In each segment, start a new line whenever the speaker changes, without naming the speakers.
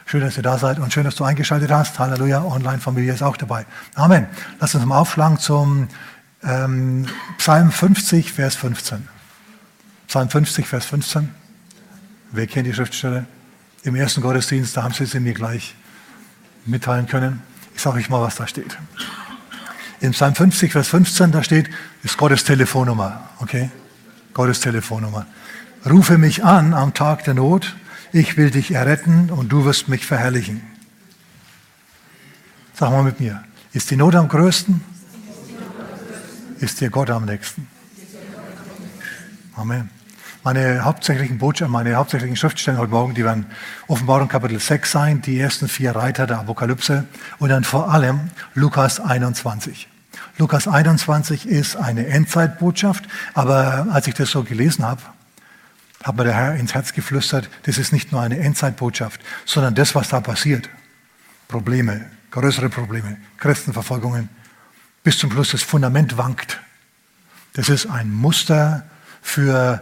Schön, dass ihr da seid und schön, dass du eingeschaltet hast. Halleluja, Online-Familie ist auch dabei. Amen. Lass uns mal aufschlagen zum Psalm 50, Vers 15. Psalm 50, Vers 15. Wer kennt die Schriftstelle? Im ersten Gottesdienst, da haben sie es mir gleich mitteilen können. Ich sage euch mal, was da steht. In Psalm 50, Vers 15, da steht, ist Gottes Telefonnummer. Okay? Gottes Telefonnummer. Rufe mich an am Tag der Not, ich will dich erretten und du wirst mich verherrlichen. Sag mal mit mir, ist die Not am größten? Ist dir Gott am nächsten? Amen. Meine hauptsächlichen Schriftstellen heute Morgen, die werden Offenbarung Kapitel 6 sein, die ersten 4 Reiter der Apokalypse und dann vor allem Lukas 21. Lukas 21 ist eine Endzeitbotschaft, aber als ich das so gelesen habe, hat mir der Herr ins Herz geflüstert, das ist nicht nur eine Endzeitbotschaft, sondern das, was da passiert. Probleme, größere Probleme, Christenverfolgungen, bis zum Schluss das Fundament wankt. Das ist ein Muster für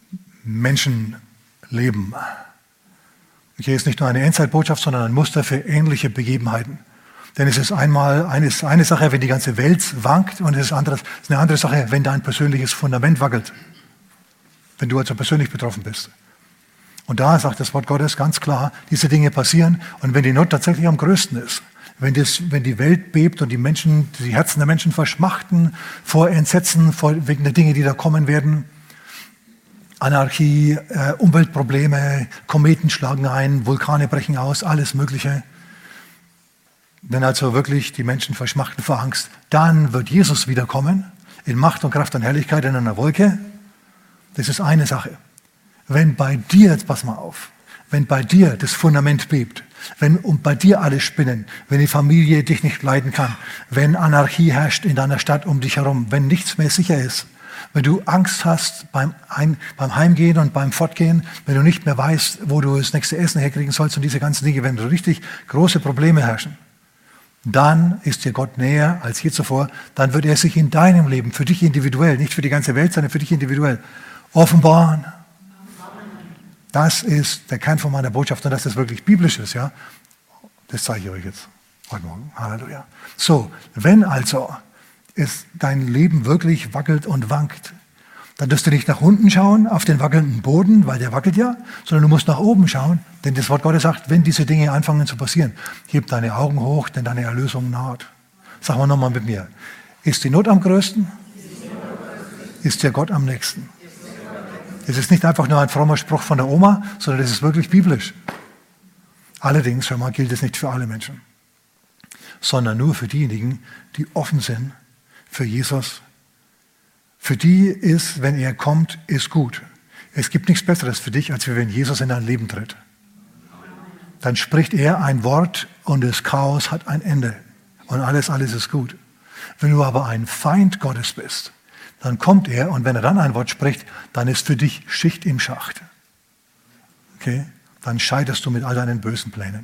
Menschenleben. Hier ist nicht nur eine Endzeitbotschaft, sondern ein Muster für ähnliche Begebenheiten. Denn es ist eine Sache, wenn die ganze Welt wankt, und es ist eine andere Sache, wenn dein persönliches Fundament wackelt. Wenn du also persönlich betroffen bist. Und da sagt das Wort Gottes ganz klar, diese Dinge passieren. Und wenn die Not tatsächlich am größten ist, wenn die Welt bebt und die Herzen der Menschen verschmachten vor Entsetzen, wegen der Dinge, die da kommen werden, Anarchie, Umweltprobleme, Kometen schlagen ein, Vulkane brechen aus, alles Mögliche. Wenn also wirklich die Menschen verschmachten vor Angst, dann wird Jesus wiederkommen, in Macht und Kraft und Herrlichkeit in einer Wolke. Das ist eine Sache. Wenn bei dir, jetzt pass mal auf, wenn bei dir das Fundament bebt, wenn bei dir alle spinnen, wenn die Familie dich nicht leiden kann, wenn Anarchie herrscht in deiner Stadt um dich herum, wenn nichts mehr sicher ist, wenn du Angst hast beim Heimgehen und beim Fortgehen, wenn du nicht mehr weißt, wo du das nächste Essen herkriegen sollst und diese ganzen Dinge, wenn so richtig große Probleme herrschen, dann ist dir Gott näher als je zuvor, dann wird er sich in deinem Leben, für dich individuell, nicht für die ganze Welt, sondern für dich individuell, offenbaren. Das ist der Kern von meiner Botschaft und dass das wirklich biblisch ist, ja. Das zeige ich euch jetzt heute Morgen. Halleluja. So, wenn also dein Leben wirklich wackelt und wankt, dann wirst du nicht nach unten schauen, auf den wackelnden Boden, weil der wackelt ja, sondern du musst nach oben schauen, denn das Wort Gottes sagt, wenn diese Dinge anfangen zu passieren, heb deine Augen hoch, denn deine Erlösung naht. Sag mal nochmal mit mir. Ist die Not am größten? Ist dir Gott am nächsten? Es ist nicht einfach nur ein frommer Spruch von der Oma, sondern es ist wirklich biblisch. Allerdings, hör mal, gilt es nicht für alle Menschen, sondern nur für diejenigen, die offen sind für Jesus. Für die ist, wenn er kommt, ist gut. Es gibt nichts Besseres für dich, als wenn Jesus in dein Leben tritt. Dann spricht er ein Wort und das Chaos hat ein Ende. Und alles ist gut. Wenn du aber ein Feind Gottes bist, dann kommt er und wenn er dann ein Wort spricht, dann ist für dich Schicht im Schacht. Okay? Dann scheiterst du mit all deinen bösen Plänen.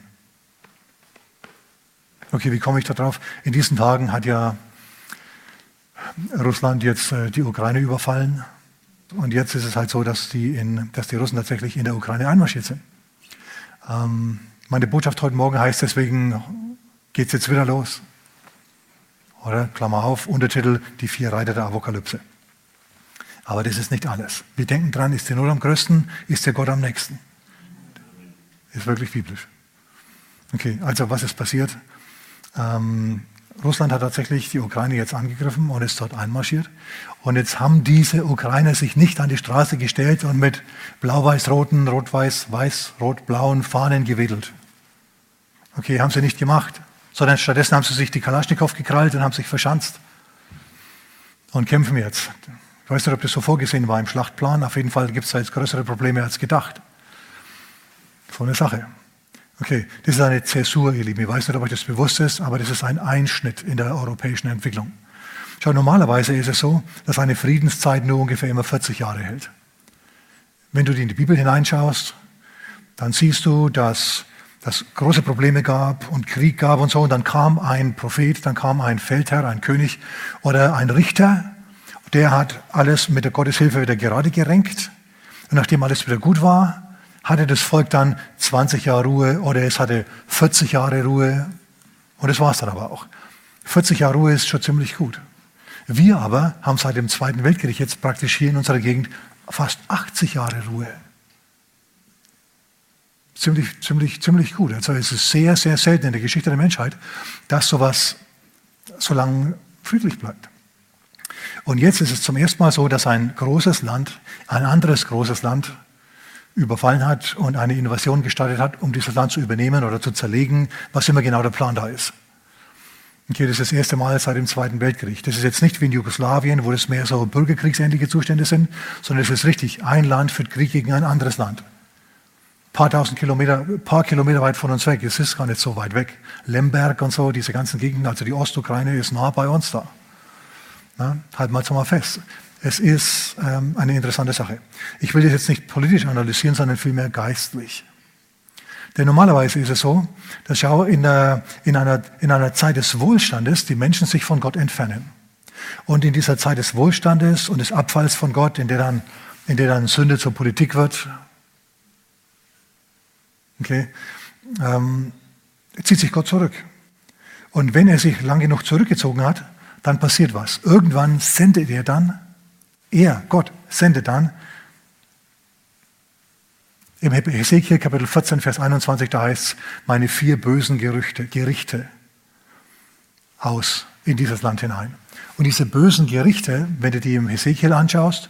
Okay, wie komme ich da drauf? In diesen Tagen hat ja Russland jetzt die Ukraine überfallen. Und jetzt ist es halt so, dass die Russen tatsächlich in der Ukraine einmarschiert sind. Meine Botschaft heute Morgen heißt deswegen, geht's jetzt wieder los? Oder, Klammer auf, Untertitel, die 4 Reiter der Apokalypse. Aber das ist nicht alles. Wir denken dran, ist der Not am größten, ist der Gott am nächsten. Ist wirklich biblisch. Okay, also was ist passiert? Russland hat tatsächlich die Ukraine jetzt angegriffen und ist dort einmarschiert. Und jetzt haben diese Ukrainer sich nicht an die Straße gestellt und mit blau-weiß-roten, rot-weiß-weiß-rot-blauen Fahnen gewedelt. Okay, haben sie nicht gemacht. Sondern stattdessen haben sie sich die Kalaschnikow gekrallt und haben sich verschanzt und kämpfen jetzt. Ich weiß nicht, ob das so vorgesehen war im Schlachtplan. Auf jeden Fall gibt es da jetzt größere Probleme als gedacht. So eine Sache. Okay, das ist eine Zäsur, ihr Lieben. Ich weiß nicht, ob euch das bewusst ist, aber das ist ein Einschnitt in der europäischen Entwicklung. Schau, normalerweise ist es so, dass eine Friedenszeit nur ungefähr immer 40 Jahre hält. Wenn du in die Bibel hineinschaust, dann siehst du, dass es große Probleme gab und Krieg gab und so. Und dann kam ein Prophet, dann kam ein Feldherr, ein König oder ein Richter. Der hat alles mit der Gotteshilfe wieder gerade gerenkt. Und nachdem alles wieder gut war, hatte das Volk dann 20 Jahre Ruhe oder es hatte 40 Jahre Ruhe. Und das war es dann aber auch. 40 Jahre Ruhe ist schon ziemlich gut. Wir aber haben seit dem Zweiten Weltkrieg jetzt praktisch hier in unserer Gegend fast 80 Jahre Ruhe. Ziemlich gut. Also es ist sehr, sehr selten in der Geschichte der Menschheit, dass sowas so lange friedlich bleibt. Und jetzt ist es zum ersten Mal so, dass ein großes Land ein anderes großes Land überfallen hat und eine Invasion gestartet hat, um dieses Land zu übernehmen oder zu zerlegen, was immer genau der Plan da ist. Okay, das ist das erste Mal seit dem Zweiten Weltkrieg. Das ist jetzt nicht wie in Jugoslawien, wo das mehr so bürgerkriegsähnliche Zustände sind, sondern es ist richtig, ein Land führt Krieg gegen ein anderes Land. Paar Kilometer weit von uns weg. Es ist gar nicht so weit weg. Lemberg und so, diese ganzen Gegenden, also die Ostukraine ist nah bei uns da. Na, halten wir jetzt mal fest. Es ist eine interessante Sache. Ich will das jetzt nicht politisch analysieren, sondern vielmehr geistlich. Denn normalerweise ist es so, dass in einer Zeit des Wohlstandes die Menschen sich von Gott entfernen. Und in dieser Zeit des Wohlstandes und des Abfalls von Gott, in der dann Sünde zur Politik wird, okay, zieht sich Gott zurück. Und wenn er sich lang genug zurückgezogen hat, dann passiert was. Irgendwann sendet Gott sendet dann, im Hesekiel Kapitel 14, Vers 21, da heißt es, meine 4 bösen Gerichte aus in dieses Land hinein. Und diese bösen Gerichte, wenn du die im Hesekiel anschaust,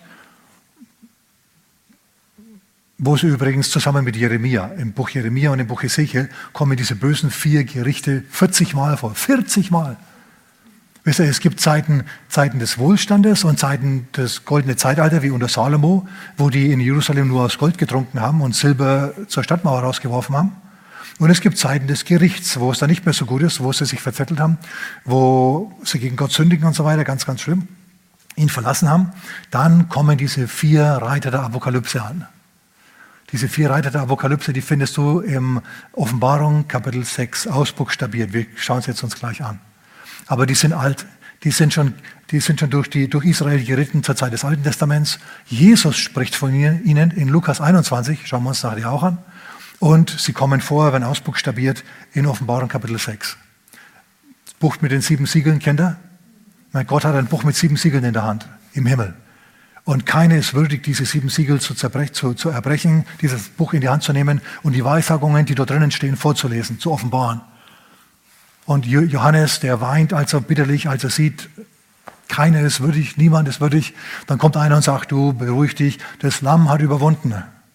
wo sie übrigens zusammen mit Jeremia, im Buch Jeremia und im Buch Hesekiel, kommen diese bösen 4 Gerichte 40 Mal vor. 40 Mal. Wisst ihr, es gibt Zeiten des Wohlstandes und Zeiten des goldenen Zeitalters, wie unter Salomo, wo die in Jerusalem nur aus Gold getrunken haben und Silber zur Stadtmauer rausgeworfen haben. Und es gibt Zeiten des Gerichts, wo es dann nicht mehr so gut ist, wo sie sich verzettelt haben, wo sie gegen Gott sündigen und so weiter, ganz, ganz schlimm, ihn verlassen haben. Dann kommen diese 4 Reiter der Apokalypse an. Diese 4 Reiter der Apokalypse, die findest du im Offenbarung Kapitel 6 ausbuchstabiert. Wir schauen es jetzt uns gleich an. Aber die sind alt, die sind schon durch Israel geritten zur Zeit des Alten Testaments. Jesus spricht von ihnen in Lukas 21, schauen wir uns nachher auch an. Und sie kommen vor, werden ausbuchstabiert in Offenbarung Kapitel 6. Das Buch mit den 7 Siegeln, kennt ihr? Mein Gott hat ein Buch mit 7 Siegeln in der Hand, im Himmel. Und keiner ist würdig, diese 7 Siegel zu erbrechen, dieses Buch in die Hand zu nehmen und die Weissagungen, die dort drinnen stehen, vorzulesen, zu offenbaren. Und Johannes, der weint also bitterlich, als er sieht, keiner ist würdig, niemand ist würdig. Dann kommt einer und sagt, du, beruhig dich, das Lamm hat überwunden.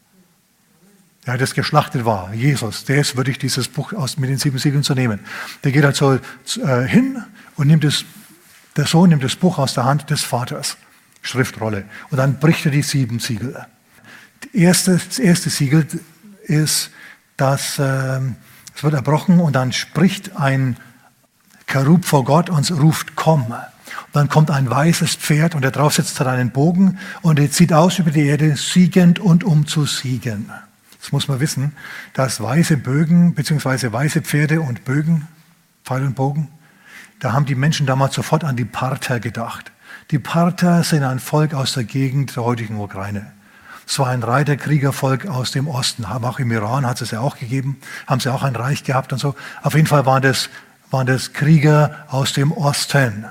Der das geschlachtet war, Jesus, der ist würdig, dieses Buch mit den 7 Siegeln zu nehmen. Der geht also hin und der Sohn nimmt das Buch aus der Hand des Vaters, Schriftrolle. Und dann bricht er die 7 Siegel. Das erste Siegel ist, dass es wird erbrochen und dann spricht ein Cherub vor Gott und ruft, komm. Und dann kommt ein weißes Pferd und der drauf sitzt hat einen Bogen und er zieht aus über die Erde, siegend und um zu siegen. Das muss man wissen, dass weiße Bögen bzw. weiße Pferde und Bögen, Pfeil und Bogen, da haben die Menschen damals sofort an die Parther gedacht. Die Parther sind ein Volk aus der Gegend der heutigen Ukraine. Es war ein Reiterkriegervolk aus dem Osten. Auch im Iran hat es ja auch gegeben. Haben sie auch ein Reich gehabt und so. Auf jeden Fall waren das Krieger aus dem Osten.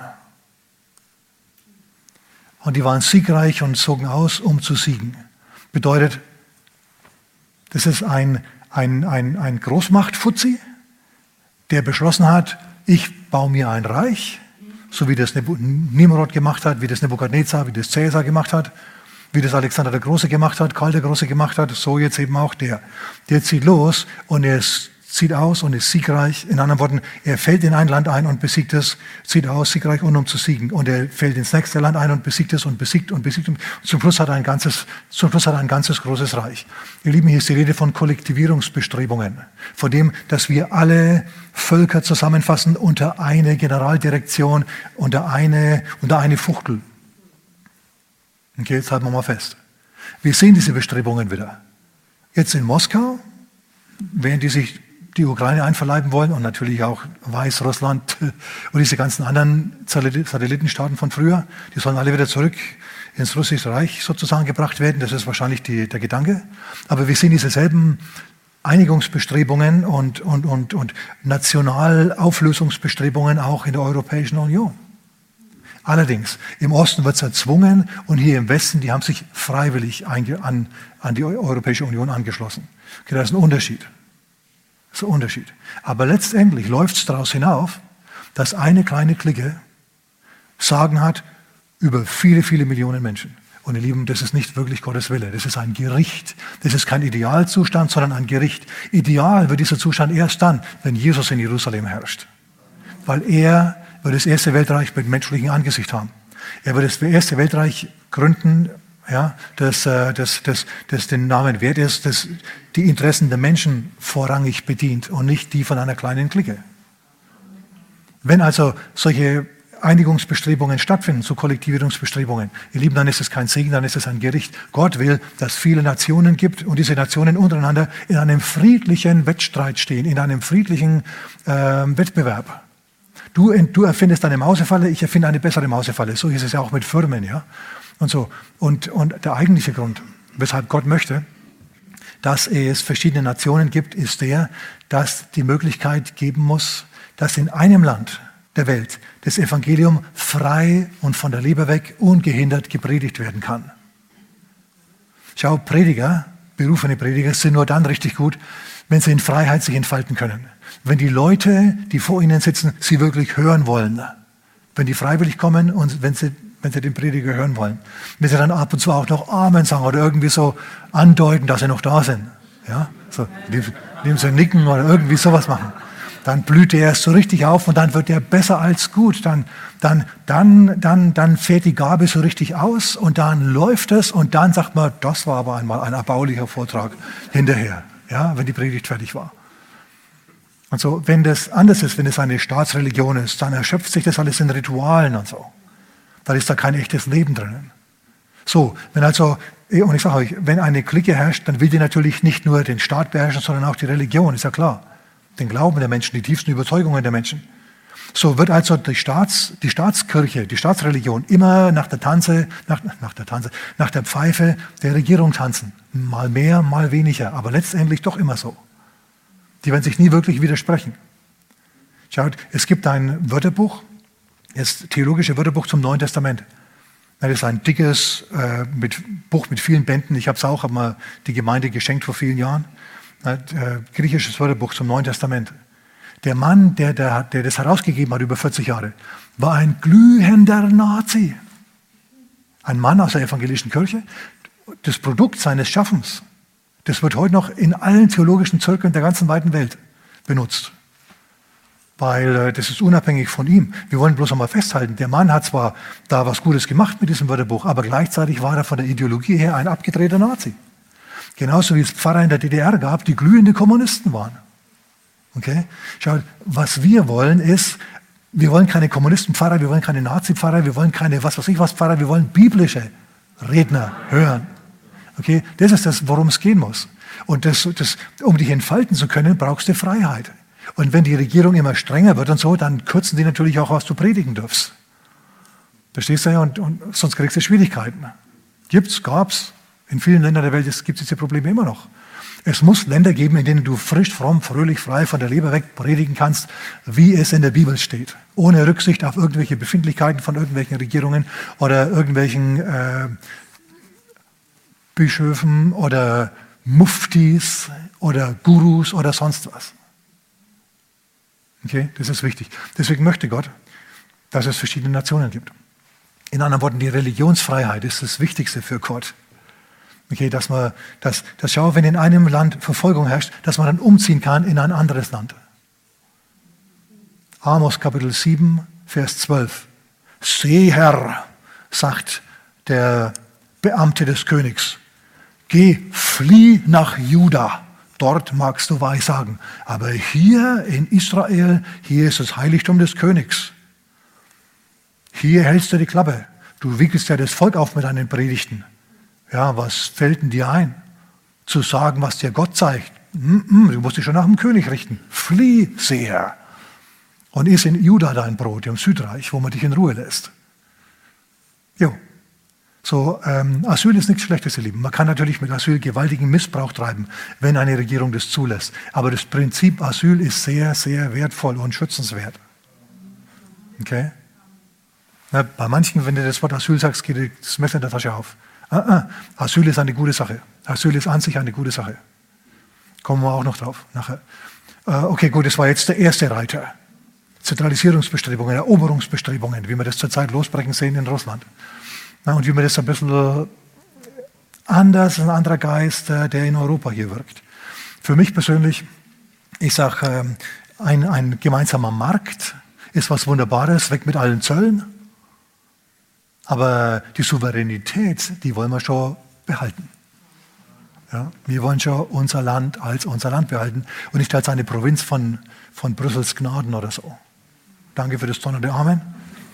Und die waren siegreich und zogen aus, um zu siegen. Bedeutet, das ist ein Großmacht-Fuzzi, der beschlossen hat, ich baue mir ein Reich, so wie das Nimrod gemacht hat, wie das Nebukadnezar, wie das Cäsar gemacht hat, wie das Alexander der Große gemacht hat, Karl der Große gemacht hat, so jetzt eben auch der. Der zieht los und er zieht aus und ist siegreich. In anderen Worten, er fällt in ein Land ein und besiegt es, zieht aus, siegreich und um zu siegen. Und er fällt ins nächste Land ein und besiegt es und besiegt und besiegt. Und zum Schluss hat er ein ganzes großes Reich. Ihr Lieben, hier ist die Rede von Kollektivierungsbestrebungen. Von dem, dass wir alle Völker zusammenfassen unter eine Generaldirektion, unter eine Fuchtel. Okay, jetzt halten wir mal fest. Wir sehen diese Bestrebungen wieder. Jetzt in Moskau, während die die Ukraine einverleiben wollen und natürlich auch Weißrussland und diese ganzen anderen Satellitenstaaten von früher. Die sollen alle wieder zurück ins Russische Reich sozusagen gebracht werden. Das ist wahrscheinlich der Gedanke. Aber wir sehen diese selben Einigungsbestrebungen und Nationalauflösungsbestrebungen auch in der Europäischen Union. Allerdings, im Osten wird es erzwungen und hier im Westen, die haben sich freiwillig an die Europäische Union angeschlossen. Okay, das ist ein Unterschied. Das ist ein Unterschied. Aber letztendlich läuft es daraus hinauf, dass eine kleine Clique Sagen hat über viele, viele Millionen Menschen. Und ihr Lieben, das ist nicht wirklich Gottes Wille. Das ist ein Gericht. Das ist kein Idealzustand, sondern ein Gericht. Ideal wird dieser Zustand erst dann, wenn Jesus in Jerusalem herrscht. Weil er wird das erste Weltreich mit menschlichem Angesicht haben. Er wird das erste Weltreich gründen, ja, das den Namen wert ist, das die Interessen der Menschen vorrangig bedient und nicht die von einer kleinen Clique. Wenn also solche Einigungsbestrebungen stattfinden, so Kollektivierungsbestrebungen, ihr Lieben, dann ist es kein Segen, dann ist es ein Gericht. Gott will, dass es viele Nationen gibt und diese Nationen untereinander in einem friedlichen Wettstreit stehen, in einem friedlichen Wettbewerb. Du erfindest eine Mausefalle, ich erfinde eine bessere Mausefalle. So ist es ja auch mit Firmen, ja. Und so. Und der eigentliche Grund, weshalb Gott möchte, dass es verschiedene Nationen gibt, ist der, dass die Möglichkeit geben muss, dass in einem Land der Welt das Evangelium frei und von der Leber weg ungehindert gepredigt werden kann. Schau, Prediger, berufene Prediger sind nur dann richtig gut, wenn sie in Freiheit sich entfalten können. Wenn die Leute, die vor ihnen sitzen, sie wirklich hören wollen. Wenn die freiwillig kommen und wenn sie den Prediger hören wollen. Wenn sie dann ab und zu auch noch Amen sagen oder irgendwie so andeuten, dass sie noch da sind. Ja? So, indem sie nicken oder irgendwie sowas machen. Dann blüht er erst so richtig auf und dann wird er besser als gut. Dann fährt die Gabe so richtig aus und dann läuft es und dann sagt man, das war aber einmal ein erbaulicher Vortrag hinterher, ja, wenn die Predigt fertig war. Und so, wenn das anders ist, wenn es eine Staatsreligion ist, dann erschöpft sich das alles in Ritualen und so. Dann ist da kein echtes Leben drinnen. So, wenn also, und ich sage euch, wenn eine Clique herrscht, dann will die natürlich nicht nur den Staat beherrschen, sondern auch die Religion, ist ja klar. Den Glauben der Menschen, die tiefsten Überzeugungen der Menschen. So wird also die Staatskirche, die Staatsreligion immer nach der Pfeife der Regierung tanzen. Mal mehr, mal weniger, aber letztendlich doch immer so. Die werden sich nie wirklich widersprechen. Schaut, es gibt ein Wörterbuch, das theologische Wörterbuch zum Neuen Testament. Das ist ein dickes Buch mit vielen Bänden. Ich habe es auch, habe mal die Gemeinde geschenkt vor vielen Jahren. Griechisches Wörterbuch zum Neuen Testament. Der Mann, der das herausgegeben hat über 40 Jahre, war ein glühender Nazi. Ein Mann aus der evangelischen Kirche. Das Produkt seines Schaffens, das wird heute noch in allen theologischen Zirkeln der ganzen weiten Welt benutzt. Weil das ist unabhängig von ihm. Wir wollen bloß einmal festhalten, der Mann hat zwar da was Gutes gemacht mit diesem Wörterbuch, aber gleichzeitig war er von der Ideologie her ein abgedrehter Nazi. Genauso wie es Pfarrer in der DDR gab, die glühende Kommunisten waren. Okay? Schaut, was wir wollen ist, wir wollen keine Kommunistenpfarrer, wir wollen keine Nazi-Pfarrer, wir wollen keine was weiß ich was Pfarrer, wir wollen biblische Redner hören. Okay? Das ist das, worum es gehen muss. Und um dich entfalten zu können, brauchst du Freiheit. Und wenn die Regierung immer strenger wird und so, dann kürzen die natürlich auch, was du predigen darfst. Verstehst du? Und sonst kriegst du Schwierigkeiten. Gab's. In vielen Ländern der Welt gibt es diese Probleme immer noch. Es muss Länder geben, in denen du frisch, fromm, fröhlich, frei von der Leber weg predigen kannst, wie es in der Bibel steht. Ohne Rücksicht auf irgendwelche Befindlichkeiten von irgendwelchen Regierungen oder irgendwelchen Bischöfen oder Muftis oder Gurus oder sonst was. Okay, das ist wichtig. Deswegen möchte Gott, dass es verschiedene Nationen gibt. In anderen Worten, die Religionsfreiheit ist das Wichtigste für Gott. Okay, schau, wenn in einem Land Verfolgung herrscht, dass man dann umziehen kann in ein anderes Land. Amos Kapitel 7, Vers 12. Seh, Herr, sagt der Beamte des Königs, geh, flieh nach Juda, dort magst du Weissagen. Aber hier in Israel, hier ist das Heiligtum des Königs. Hier hältst du die Klappe. Du wickelst ja das Volk auf mit deinen Predigten. Ja, was fällt denn dir ein? Zu sagen, was dir Gott zeigt, Du musst dich schon nach dem König richten. Flieh, Seher. Und iss in Juda dein Brot, im Südreich, wo man dich in Ruhe lässt. Jo. So, Asyl ist nichts Schlechtes, ihr Lieben. Man kann natürlich mit Asyl gewaltigen Missbrauch treiben, wenn eine Regierung das zulässt. Aber das Prinzip Asyl ist sehr, sehr wertvoll und schützenswert. Okay? Na, bei manchen, wenn du das Wort Asyl sagst, geht das Messer in der Tasche auf. Asyl ist eine gute Sache. Asyl ist an sich eine gute Sache. Kommen wir auch noch drauf nachher. Okay, gut, das war jetzt der erste Reiter. Zentralisierungsbestrebungen, Eroberungsbestrebungen, wie wir das zurzeit losbrechen sehen in Russland. Na, und wie wir das ein bisschen anders, ein anderer Geist, der in Europa hier wirkt. Für mich persönlich, ich sage, ein gemeinsamer Markt ist was Wunderbares, weg mit allen Zöllen. Aber die Souveränität, die wollen wir schon behalten. Ja, wir wollen schon unser Land als unser Land behalten und nicht als eine Provinz von Brüssels Gnaden oder so. Danke für das donnernde Amen.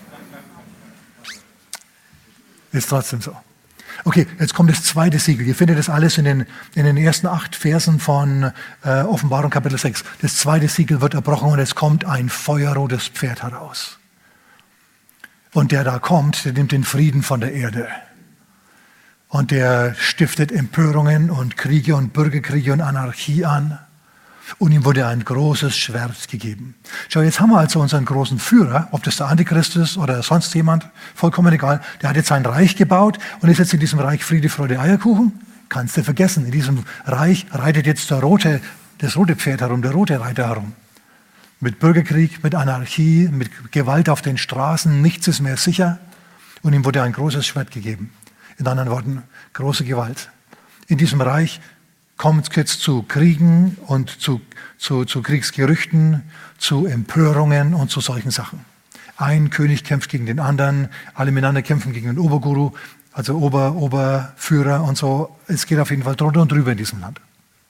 Ist trotzdem so. Okay, jetzt kommt das zweite Siegel. Ihr findet das alles in den ersten 8 Versen von Offenbarung Kapitel 6. Das zweite Siegel wird erbrochen und es kommt ein feuerrotes Pferd heraus. Und der da kommt, der nimmt den Frieden von der Erde. Und der stiftet Empörungen und Kriege und Bürgerkriege und Anarchie an. Und ihm wurde ein großes Schwert gegeben. Schau, jetzt haben wir also unseren großen Führer, ob das der Antichrist ist oder sonst jemand, vollkommen egal. Der hat jetzt sein Reich gebaut und ist jetzt in diesem Reich Friede, Freude, Eierkuchen. Kannst du vergessen. In diesem Reich reitet jetzt das rote Pferd herum, der rote Reiter herum. Mit Bürgerkrieg, mit Anarchie, mit Gewalt auf den Straßen. Nichts ist mehr sicher. Und ihm wurde ein großes Schwert gegeben. In anderen Worten, große Gewalt. In diesem Reich kommt es jetzt zu Kriegen und zu Kriegsgerüchten, zu Empörungen und zu solchen Sachen. Ein König kämpft gegen den anderen, alle miteinander kämpfen gegen den Oberguru, also Oberführer und so. Es geht auf jeden Fall drunter und drüber in diesem Land.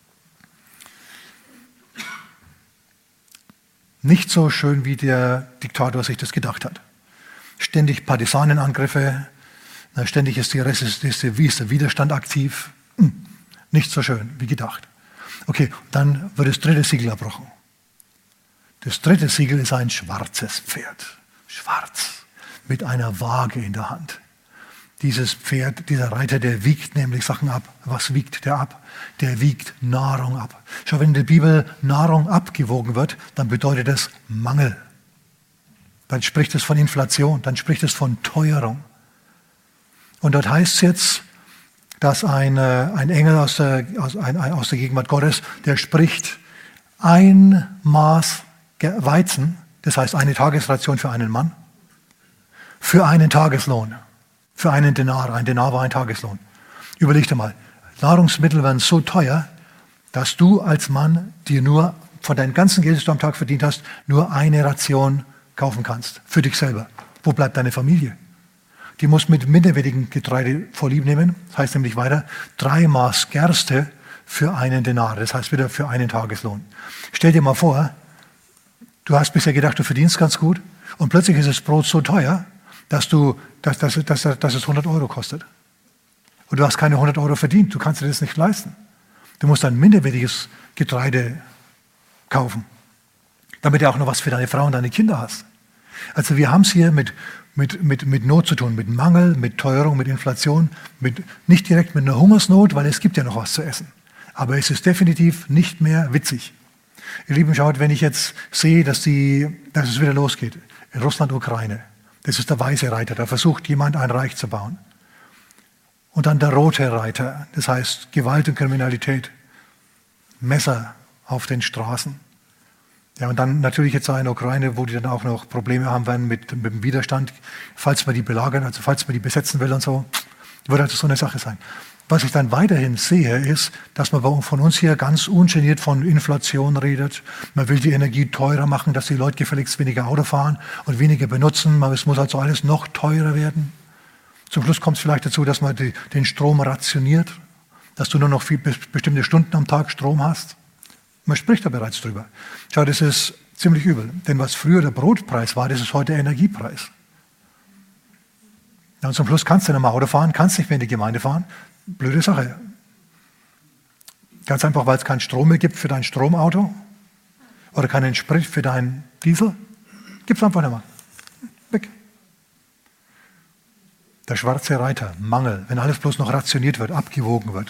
Nicht so schön, wie der Diktator sich das gedacht hat. Ständig Partisanenangriffe, ständig ist der Widerstand aktiv. Nicht so schön wie gedacht. Okay, dann wird das dritte Siegel erbrochen. Das dritte Siegel ist ein schwarzes Pferd. Schwarz. Mit einer Waage in der Hand. Dieses Pferd, dieser Reiter, der wiegt nämlich Sachen ab. Was wiegt der ab? Der wiegt Nahrung ab. Schau, wenn in der Bibel Nahrung abgewogen wird, dann bedeutet das Mangel. Dann spricht es von Inflation, dann spricht es von Teuerung. Und dort heißt es jetzt, dass ein Engel aus der Gegenwart Gottes, der spricht, ein Maß Weizen, das heißt eine Tagesration für einen Mann, für einen Tageslohn, für einen Denar. Ein Denar war ein Tageslohn. Überleg dir mal, Nahrungsmittel werden so teuer, dass du als Mann dir nur von deinem ganzen Geld, das du am Tag verdient hast, nur eine Ration kaufen kannst, für dich selber. Wo bleibt deine Familie? Die muss mit minderwertigem Getreide vorlieb nehmen. Das heißt nämlich weiter, 3 Maß Gerste für einen Denar. Das heißt wieder für einen Tageslohn. Stell dir mal vor, du hast bisher gedacht, du verdienst ganz gut und plötzlich ist das Brot so teuer, dass es 100 Euro kostet. Und du hast keine 100 Euro verdient. Du kannst dir das nicht leisten. Du musst ein minderwertiges Getreide kaufen, damit du auch noch was für deine Frau und deine Kinder hast. Also wir haben es hier mit Not zu tun, mit Mangel, mit Teuerung, mit Inflation, nicht direkt mit einer Hungersnot, weil es gibt ja noch was zu essen. Aber es ist definitiv nicht mehr witzig. Ihr Lieben, schaut, wenn ich jetzt sehe, dass es wieder losgeht, in Russland, Ukraine, das ist der weiße Reiter, da versucht jemand ein Reich zu bauen. Und dann der rote Reiter, das heißt Gewalt und Kriminalität, Messer auf den Straßen. Ja, und dann natürlich jetzt auch in der Ukraine, wo die dann auch noch Probleme haben werden mit dem Widerstand, falls man die belagern, also falls man die besetzen will und so, wird also so eine Sache sein. Was ich dann weiterhin sehe, ist, dass man von uns hier ganz ungeniert von Inflation redet. Man will die Energie teurer machen, dass die Leute gefälligst weniger Auto fahren und weniger benutzen. Es muss also alles noch teurer werden. Zum Schluss kommt es vielleicht dazu, dass man den Strom rationiert, dass du nur noch bestimmte Stunden am Tag Strom hast. Man spricht da bereits drüber. Schau, das ist ziemlich übel. Denn was früher der Brotpreis war, das ist heute der Energiepreis. Ja, und zum Schluss kannst du nicht mehr Auto fahren, kannst nicht mehr in die Gemeinde fahren. Blöde Sache. Ganz einfach, weil es keinen Strom mehr gibt für dein Stromauto oder keinen Sprit für deinen Diesel. Gibt es einfach nicht mehr. Weg. Der schwarze Reiter, Mangel, wenn alles bloß noch rationiert wird, abgewogen wird.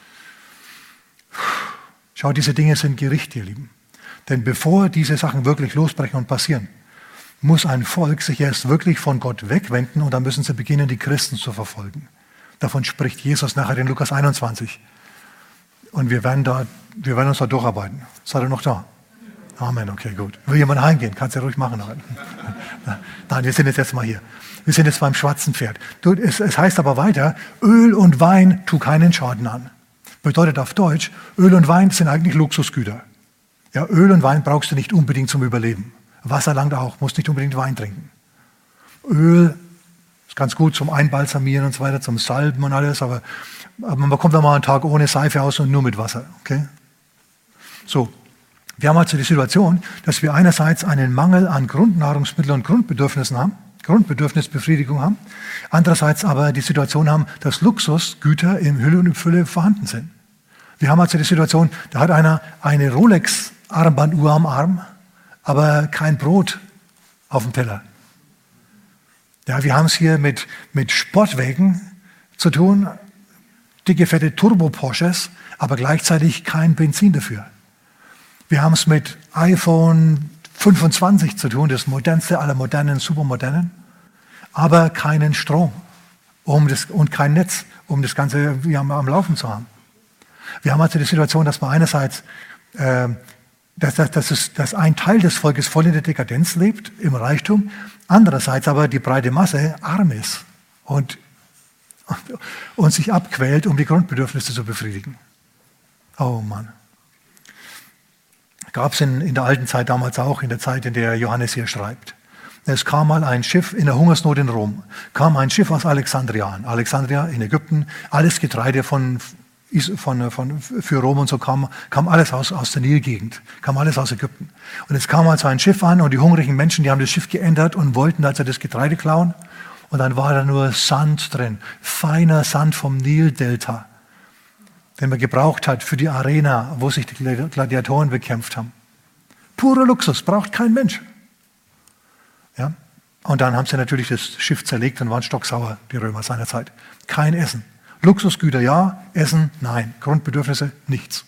Schau, diese Dinge sind Gericht, ihr Lieben. Denn bevor diese Sachen wirklich losbrechen und passieren, muss ein Volk sich erst wirklich von Gott wegwenden und dann müssen sie beginnen, die Christen zu verfolgen. Davon spricht Jesus nachher in Lukas 21. Und wir werden uns da durcharbeiten. Seid ihr noch da? Amen, okay, gut. Will jemand heimgehen? Kannst du ja ruhig machen. Nein, wir sind jetzt mal hier. Wir sind jetzt beim schwarzen Pferd. Es heißt aber weiter, Öl und Wein tu keinen Schaden an. Bedeutet auf Deutsch, Öl und Wein sind eigentlich Luxusgüter. Ja, Öl und Wein brauchst du nicht unbedingt zum Überleben. Wasser langt auch, musst nicht unbedingt Wein trinken. Öl ist ganz gut zum Einbalsamieren und so weiter, zum Salben und alles, aber man kommt da mal einen Tag ohne Seife aus und nur mit Wasser. Okay? So, wir haben also die Situation, dass wir einerseits einen Mangel an Grundnahrungsmitteln und Grundbedürfnissen haben, Grundbedürfnisbefriedigung haben, andererseits aber die Situation haben, dass Luxusgüter in Hülle und in Fülle vorhanden sind. Wir haben also die Situation, da hat einer eine Rolex-Armbanduhr am Arm, aber kein Brot auf dem Teller. Ja, wir haben es hier mit Sportwagen zu tun, dicke, fette Turbo-Porsches, aber gleichzeitig kein Benzin dafür. Wir haben es mit iPhone 25 zu tun, das modernste aller modernen, supermodernen, aber keinen Strom und kein Netz, um das Ganze am Laufen zu haben. Wir haben also die Situation, dass man einerseits, dass ein Teil des Volkes voll in der Dekadenz lebt, im Reichtum, andererseits aber die breite Masse arm ist und sich abquält, um die Grundbedürfnisse zu befriedigen. Oh Mann. Gab es in der alten Zeit damals auch, in der Zeit, in der Johannes hier schreibt. Es kam mal ein Schiff in der Hungersnot in Rom, kam ein Schiff aus Alexandria an. Alexandria in Ägypten, alles Getreide für Rom und so kam alles aus der Nilgegend, kam alles aus Ägypten. Und es kam also ein Schiff an und die hungrigen Menschen, die haben das Schiff geändert und wollten also das Getreide klauen. Und dann war da nur Sand drin, feiner Sand vom Nildelta, den man gebraucht hat für die Arena, wo sich die Gladiatoren bekämpft haben. Purer Luxus, braucht kein Mensch. Ja? Und dann haben sie natürlich das Schiff zerlegt und waren stocksauer, die Römer seinerzeit. Kein Essen. Luxusgüter ja, Essen nein. Grundbedürfnisse nichts.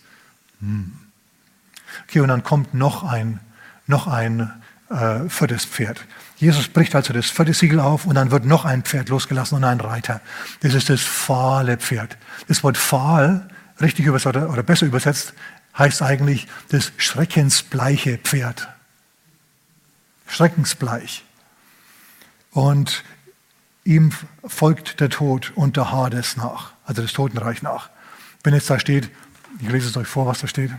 Okay, und dann kommt noch ein viertes Pferd. Jesus bricht also das vierte Siegel auf und dann wird noch ein Pferd losgelassen und ein Reiter. Das ist das fahle Pferd. Das Wort fahl, richtig übersetzt oder besser übersetzt, heißt eigentlich das schreckensbleiche Pferd. Schreckensbleich. Und ihm folgt der Tod und der Hades nach, also das Totenreich nach. Wenn jetzt da steht, ich lese es euch vor, was da steht.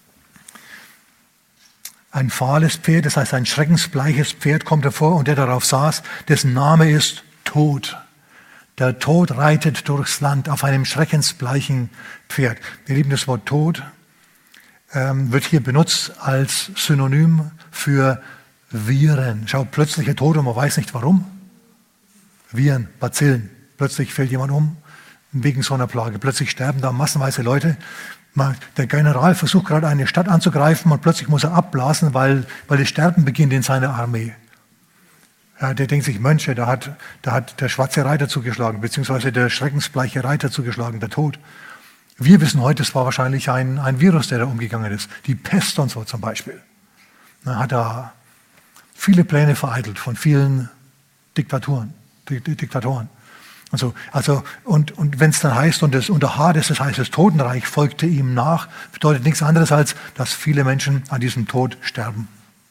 Ein fahles Pferd, das heißt ein schreckensbleiches Pferd kommt hervor und der darauf saß, dessen Name ist Tod. Der Tod reitet durchs Land auf einem schreckensbleichen Pferd. Wir lieben das Wort Tod, wird hier benutzt als Synonym für Viren. Schau, plötzlicher Tod und man weiß nicht warum. Viren, Bazillen. Plötzlich fällt jemand um wegen so einer Plage. Plötzlich sterben da massenweise Leute. Der General versucht gerade eine Stadt anzugreifen und plötzlich muss er abblasen, weil das Sterben beginnt in seiner Armee. Ja, der denkt sich, Mönche, da hat der schwarze Reiter zugeschlagen, beziehungsweise der schreckensbleiche Reiter zugeschlagen, der Tod. Wir wissen heute, es war wahrscheinlich ein Virus, der da umgegangen ist. Die Pest und so zum Beispiel. Er hat da viele Pläne vereitelt von vielen Diktatoren. Und so, und wenn es dann heißt, und der Hades, das heißt, das Totenreich folgte ihm nach, bedeutet nichts anderes als, dass viele Menschen an diesem Tod sterben.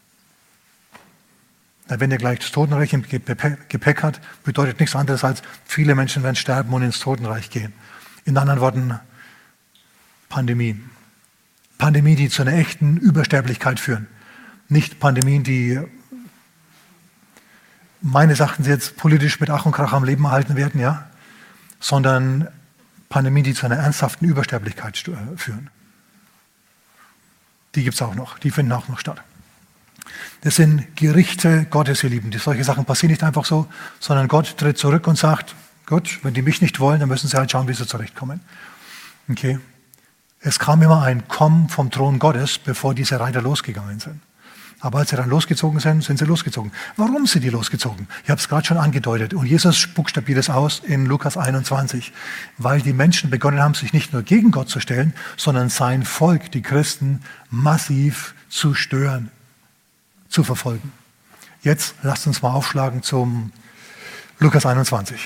Wenn er gleich das Totenreich im Gepäck hat, bedeutet nichts anderes als, viele Menschen werden sterben und ins Totenreich gehen. In anderen Worten, Pandemien. Pandemien, die zu einer echten Übersterblichkeit führen. Nicht Pandemien, die meines Erachtens jetzt politisch mit Ach und Krach am Leben erhalten werden, ja, sondern Pandemien, die zu einer ernsthaften Übersterblichkeit führen. Die gibt es auch noch, die finden auch noch statt. Das sind Gerichte Gottes, ihr Lieben. Solche Sachen passieren nicht einfach so, sondern Gott tritt zurück und sagt, gut, wenn die mich nicht wollen, dann müssen sie halt schauen, wie sie zurechtkommen. Okay. Es kam immer ein Komm vom Thron Gottes, bevor diese Reiter losgegangen sind. Aber als sie dann losgezogen sind, sind sie losgezogen. Warum sind die losgezogen? Ich habe es gerade schon angedeutet. Und Jesus buchstabiert es aus in Lukas 21. Weil die Menschen begonnen haben, sich nicht nur gegen Gott zu stellen, sondern sein Volk, die Christen, massiv zu stören, zu verfolgen. Jetzt lasst uns mal aufschlagen zum Lukas 21.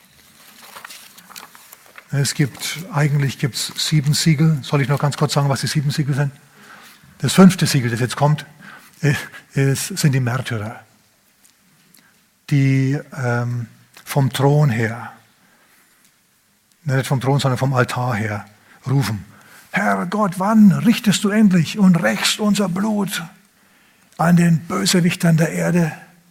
Eigentlich gibt es 7 Siegel. Soll ich noch ganz kurz sagen, was die 7 Siegel sind? Das 5. Siegel, das jetzt kommt, sind die Märtyrer, die vom Thron her, nicht vom Thron, sondern vom Altar her rufen: Herr Gott, wann richtest du endlich und rächst unser Blut an den Bösewichtern der Erde?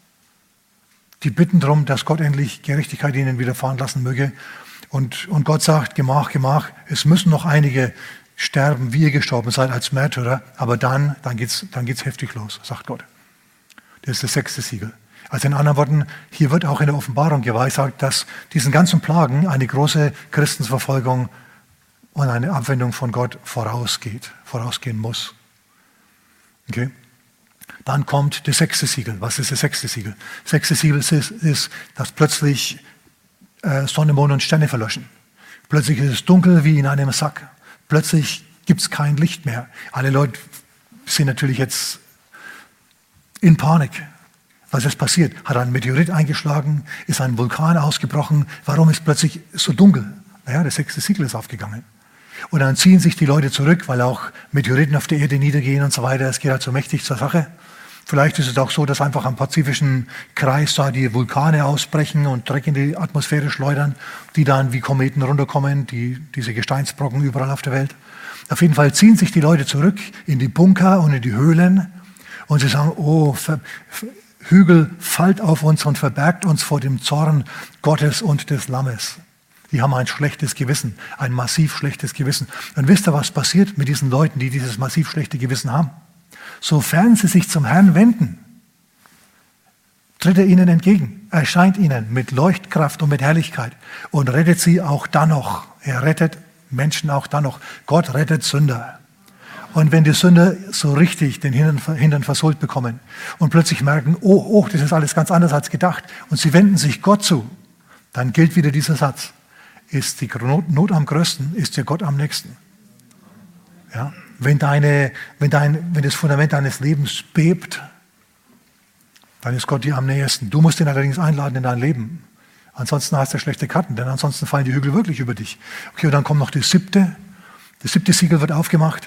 Die bitten darum, dass Gott endlich Gerechtigkeit ihnen widerfahren lassen möge. Und Gott sagt: Gemach, gemach, es müssen noch einige sterben, wie ihr gestorben seid als Märtyrer, aber dann geht's heftig los, sagt Gott. Das ist das 6. Siegel. Also in anderen Worten, hier wird auch in der Offenbarung geweissagt, dass diesen ganzen Plagen eine große Christenverfolgung und eine Abwendung von Gott vorausgehen muss. Okay? Dann kommt das 6. Siegel. Was ist das 6. Siegel? Das 6. Siegel ist, dass plötzlich Sonne, Mond und Sterne verlöschen. Plötzlich ist es dunkel wie in einem Sack. Plötzlich gibt es kein Licht mehr. Alle Leute sind natürlich jetzt in Panik. Was ist passiert? Hat ein Meteorit eingeschlagen? Ist ein Vulkan ausgebrochen? Warum ist plötzlich so dunkel? Naja, das 6. Siegel ist aufgegangen. Und dann ziehen sich die Leute zurück, weil auch Meteoriten auf der Erde niedergehen und so weiter. Es geht halt so mächtig zur Sache. Vielleicht ist es auch so, dass einfach am pazifischen Kreis da die Vulkane ausbrechen und Dreck in die Atmosphäre schleudern, die dann wie Kometen runterkommen, diese Gesteinsbrocken überall auf der Welt. Auf jeden Fall ziehen sich die Leute zurück in die Bunker und in die Höhlen und sie sagen: Oh, Hügel, fallt auf uns und verbergt uns vor dem Zorn Gottes und des Lammes. Die haben ein schlechtes Gewissen, ein massiv schlechtes Gewissen. Und wisst ihr, was passiert mit diesen Leuten, die dieses massiv schlechte Gewissen haben? Sofern sie sich zum Herrn wenden, tritt er ihnen entgegen, erscheint ihnen mit Leuchtkraft und mit Herrlichkeit und rettet sie auch dann noch. Er rettet Menschen auch dann noch. Gott rettet Sünder. Und wenn die Sünder so richtig den Hintern versohlt bekommen und plötzlich merken: Oh, das ist alles ganz anders als gedacht, und sie wenden sich Gott zu, dann gilt wieder dieser Satz: Ist die Not am größten, ist dir Gott am nächsten. Ja? Wenn das Fundament deines Lebens bebt, dann ist Gott dir am nächsten. Du musst ihn allerdings einladen in dein Leben. Ansonsten hast du schlechte Karten, denn ansonsten fallen die Hügel wirklich über dich. Okay, und dann kommt noch das 7. Das 7. Siegel wird aufgemacht.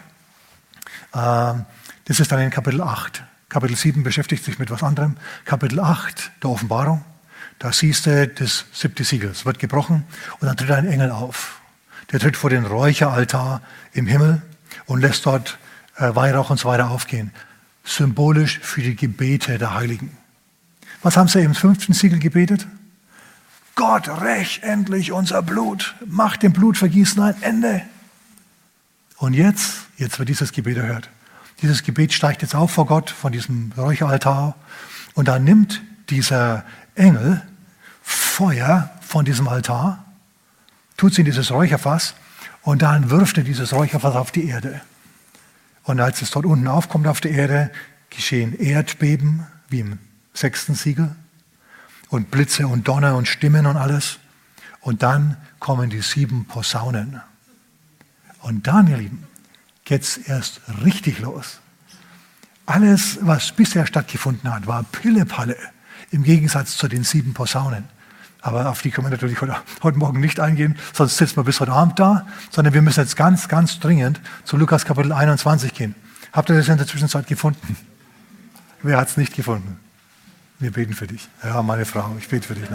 Das ist dann in Kapitel 8. Kapitel 7 beschäftigt sich mit was anderem. Kapitel 8 der Offenbarung, da siehst du das 7. Siegel. Es wird gebrochen und dann tritt ein Engel auf. Der tritt vor den Räucheraltar im Himmel und lässt dort Weihrauch und so weiter aufgehen. Symbolisch für die Gebete der Heiligen. Was haben sie im 5. Siegel gebetet? Gott, räch endlich unser Blut. Mach dem Blutvergießen ein Ende. Und jetzt wird dieses Gebet erhört. Dieses Gebet steigt jetzt auf vor Gott von diesem Räucheraltar. Und dann nimmt dieser Engel Feuer von diesem Altar, tut sie in dieses Räucherfass und dann wirft er dieses Räucherfass auf die Erde. Und als es dort unten aufkommt auf der Erde, geschehen Erdbeben, wie im 6. Siegel, und Blitze und Donner und Stimmen und alles. Und dann kommen die 7 Posaunen. Und dann, ihr Lieben, geht es erst richtig los. Alles, was bisher stattgefunden hat, war Pillepalle im Gegensatz zu den 7 Posaunen. Aber auf die können wir natürlich heute Morgen nicht eingehen, sonst sitzen wir bis heute Abend da, sondern wir müssen jetzt ganz, ganz dringend zu Lukas Kapitel 21 gehen. Habt ihr das in der Zwischenzeit gefunden? Wer hat es nicht gefunden? Wir beten für dich. Ja, meine Frau, ich bete für dich.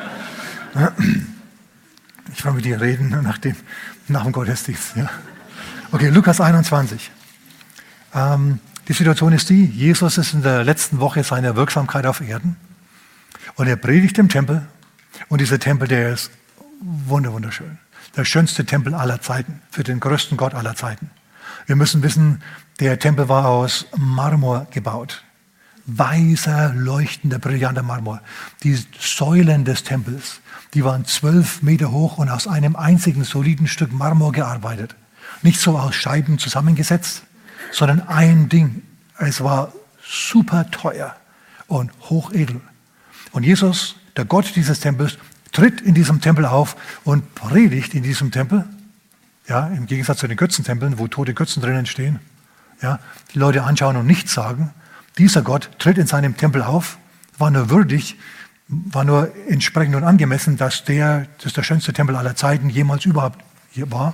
Ich will mit dir reden nach dem Gottesdienst. Ja. Okay, Lukas 21. Die Situation ist die: Jesus ist in der letzten Woche seiner Wirksamkeit auf Erden und er predigt im Tempel. Und dieser Tempel, der ist wunderschön. Der schönste Tempel aller Zeiten, für den größten Gott aller Zeiten. Wir müssen wissen, der Tempel war aus Marmor gebaut. Weißer, leuchtender, brillanter Marmor. Die Säulen des Tempels, die waren 12 Meter hoch und aus einem einzigen soliden Stück Marmor gearbeitet. Nicht so aus Scheiben zusammengesetzt, sondern ein Ding. Es war super teuer und hochedel. Und Jesus, der Gott dieses Tempels, tritt in diesem Tempel auf und predigt in diesem Tempel. Ja, im Gegensatz zu den Götzentempeln, wo tote Götzen drinnen stehen. Ja, die Leute anschauen und nichts sagen. Dieser Gott tritt in seinem Tempel auf, war nur würdig, war nur entsprechend und angemessen, dass das der schönste Tempel aller Zeiten jemals überhaupt hier war.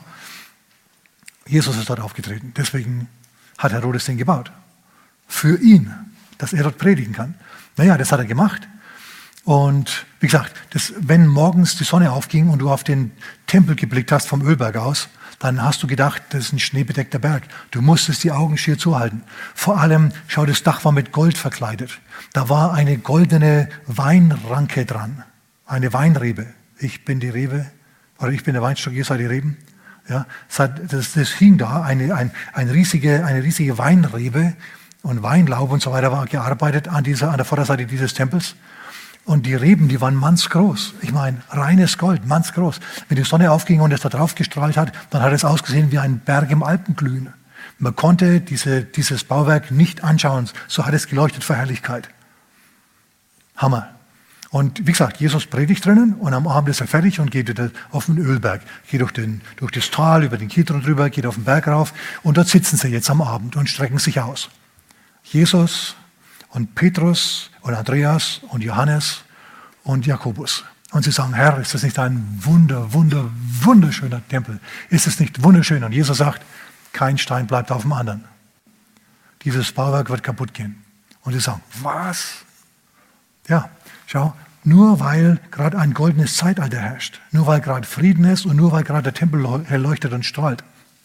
Jesus ist dort aufgetreten. Deswegen hat Herodes den gebaut. Für ihn, dass er dort predigen kann. Naja, das hat er gemacht. Und wie gesagt, wenn morgens die Sonne aufging und du auf den Tempel geblickt hast vom Ölberg aus, dann hast du gedacht, das ist ein schneebedeckter Berg. Du musstest die Augen schier zuhalten. Vor allem, schau, das Dach war mit Gold verkleidet. Da war eine goldene Weinranke dran, eine Weinrebe. Ich bin die Rebe, oder ich bin der Weinstock, ihr seid die Reben. Ja, das hing da, eine riesige Weinrebe und Weinlaub und so weiter war gearbeitet an der Vorderseite dieses Tempels. Und die Reben, die waren mannsgroß. Ich meine, reines Gold, mannsgroß. Wenn die Sonne aufging und es da drauf gestrahlt hat, dann hat es ausgesehen wie ein Berg im Alpenglühen. Man konnte dieses Bauwerk nicht anschauen. So hat es geleuchtet vor Herrlichkeit. Hammer. Und wie gesagt, Jesus predigt drinnen und am Abend ist er fertig und geht auf den Ölberg. Geht durch das Tal, über den Kidron drüber, geht auf den Berg rauf und dort sitzen sie jetzt am Abend und strecken sich aus. Jesus und Petrus und Andreas und Johannes und Jakobus. Und sie sagen, Herr, ist das nicht ein wunderschöner Tempel? Ist es nicht wunderschön? Und Jesus sagt, kein Stein bleibt auf dem anderen. Dieses Bauwerk wird kaputt gehen. Und sie sagen, was? Ja, schau, nur weil gerade ein goldenes Zeitalter herrscht, nur weil gerade Frieden ist und nur weil gerade der Tempel erleuchtet und strahlt,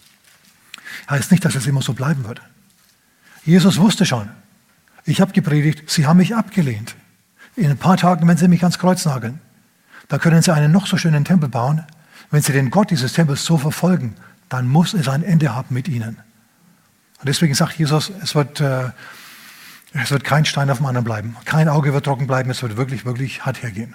heißt nicht, dass es immer so bleiben wird. Jesus wusste schon, ich habe gepredigt, sie haben mich abgelehnt. In ein paar Tagen werden sie mich ans Kreuz nageln. Da können sie einen noch so schönen Tempel bauen. Wenn sie den Gott dieses Tempels so verfolgen, dann muss es ein Ende haben mit ihnen. Und deswegen sagt Jesus, es wird kein Stein auf dem anderen bleiben. Kein Auge wird trocken bleiben. Es wird wirklich hart hergehen.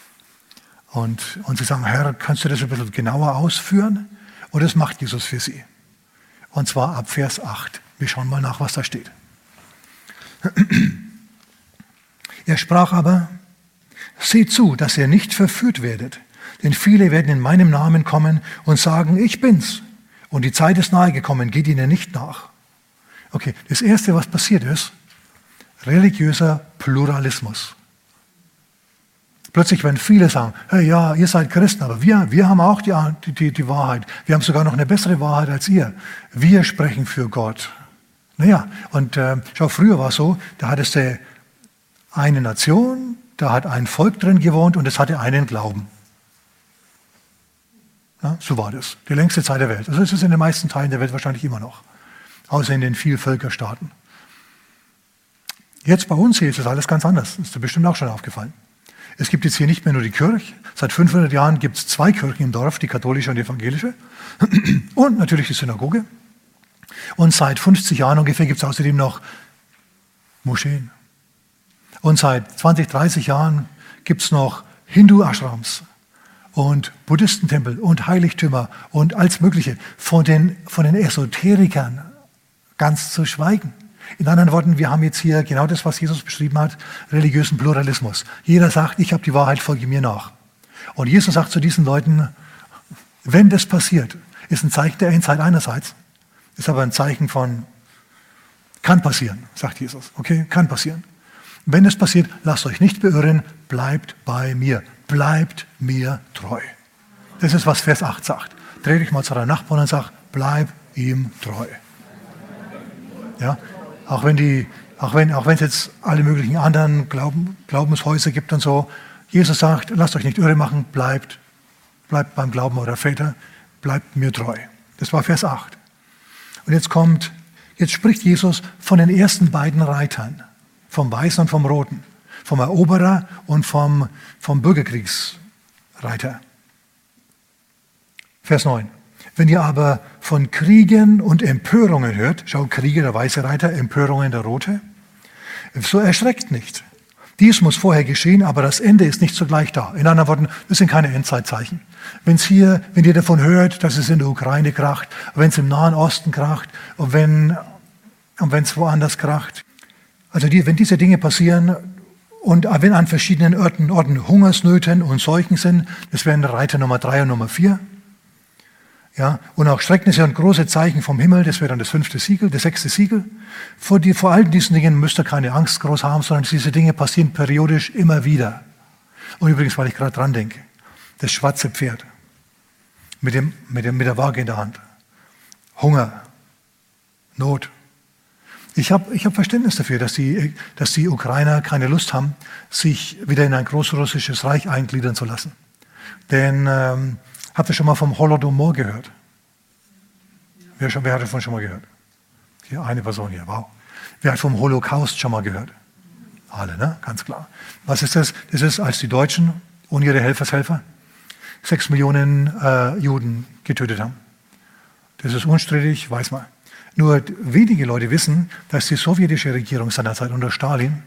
Und sie sagen, Herr, kannst du das ein bisschen genauer ausführen? Und das macht Jesus für sie. Und zwar ab Vers 8. Wir schauen mal nach, was da steht. Er sprach aber, seht zu, dass ihr nicht verführt werdet, denn viele werden in meinem Namen kommen und sagen, ich bin's. Und die Zeit ist nahe gekommen, geht ihnen nicht nach. Okay, das Erste, was passiert ist, religiöser Pluralismus. Plötzlich werden viele sagen, hey, ja, ihr seid Christen, aber wir haben auch die Wahrheit. Wir haben sogar noch eine bessere Wahrheit als ihr. Wir sprechen für Gott. Naja, und schau, früher war es so, da hat es eine Nation, da hat ein Volk drin gewohnt und es hatte einen Glauben. Ja, so war das, die längste Zeit der Welt. Also es ist in den meisten Teilen der Welt wahrscheinlich immer noch, außer in den Vielvölkerstaaten. Jetzt bei uns hier ist das alles ganz anders, das ist dir bestimmt auch schon aufgefallen. Es gibt jetzt hier nicht mehr nur die Kirche, seit 500 Jahren gibt es 2 Kirchen im Dorf, die katholische und die evangelische und natürlich die Synagoge. Und seit 50 Jahren ungefähr gibt es außerdem noch Moscheen. Und seit 20, 30 Jahren gibt es noch Hindu-Ashrams und Buddhistentempel und Heiligtümer und alles Mögliche. Von den Esoterikern ganz zu schweigen. In anderen Worten, wir haben jetzt hier genau das, was Jesus beschrieben hat, religiösen Pluralismus. Jeder sagt, ich habe die Wahrheit, folge mir nach. Und Jesus sagt zu diesen Leuten, wenn das passiert, ist ein Zeichen der Endzeit einerseits, ist aber ein Zeichen von, kann passieren, sagt Jesus. Okay, kann passieren. Wenn es passiert, lasst euch nicht beirren, bleibt bei mir. Bleibt mir treu. Das ist, was Vers 8 sagt. Dreh dich mal zu deinem Nachbarn und sag, bleib ihm treu. Ja, auch wenn es jetzt alle möglichen anderen Glaubenshäuser gibt und so, Jesus sagt, lasst euch nicht irre machen, bleibt beim Glauben eurer Väter, bleibt mir treu. Das war Vers 8. Und jetzt spricht Jesus von den ersten beiden Reitern, vom Weißen und vom Roten, vom Eroberer und vom Bürgerkriegsreiter. Vers 9. Wenn ihr aber von Kriegen und Empörungen hört, schau, Kriege der weiße Reiter, Empörungen der rote, so erschreckt nicht. Dies muss vorher geschehen, aber das Ende ist nicht sogleich da. In anderen Worten, das sind keine Endzeitzeichen. Wenn ihr davon hört, dass es in der Ukraine kracht, wenn es im Nahen Osten kracht und wenn es woanders kracht, also wenn diese Dinge passieren und wenn an verschiedenen Orten Hungersnöten und Seuchen sind, das wären Reiter Nummer 3 und Nummer 4. Ja, und auch Schrecknisse und große Zeichen vom Himmel, das wäre dann das 5. Siegel, das 6. Siegel. Vor all diesen Dingen müsst ihr keine Angst groß haben, sondern diese Dinge passieren periodisch immer wieder. Und übrigens, weil ich gerade dran denke, das schwarze Pferd mit der Waage in der Hand. Hunger, Not. Ich hab Verständnis dafür, dass die Ukrainer keine Lust haben, sich wieder in ein großrussisches Reich eingliedern zu lassen. Denn habt ihr schon mal vom Holodomor gehört? Wer hat davon schon mal gehört? Hier, eine Person hier, wow. Wer hat vom Holocaust schon mal gehört? Alle, ne? Ganz klar. Was ist das? Das ist, als die Deutschen und ihre Helfershelfer 6 Millionen Juden getötet haben. Das ist unstrittig, weiß man. Nur wenige Leute wissen, dass die sowjetische Regierung seinerzeit unter Stalin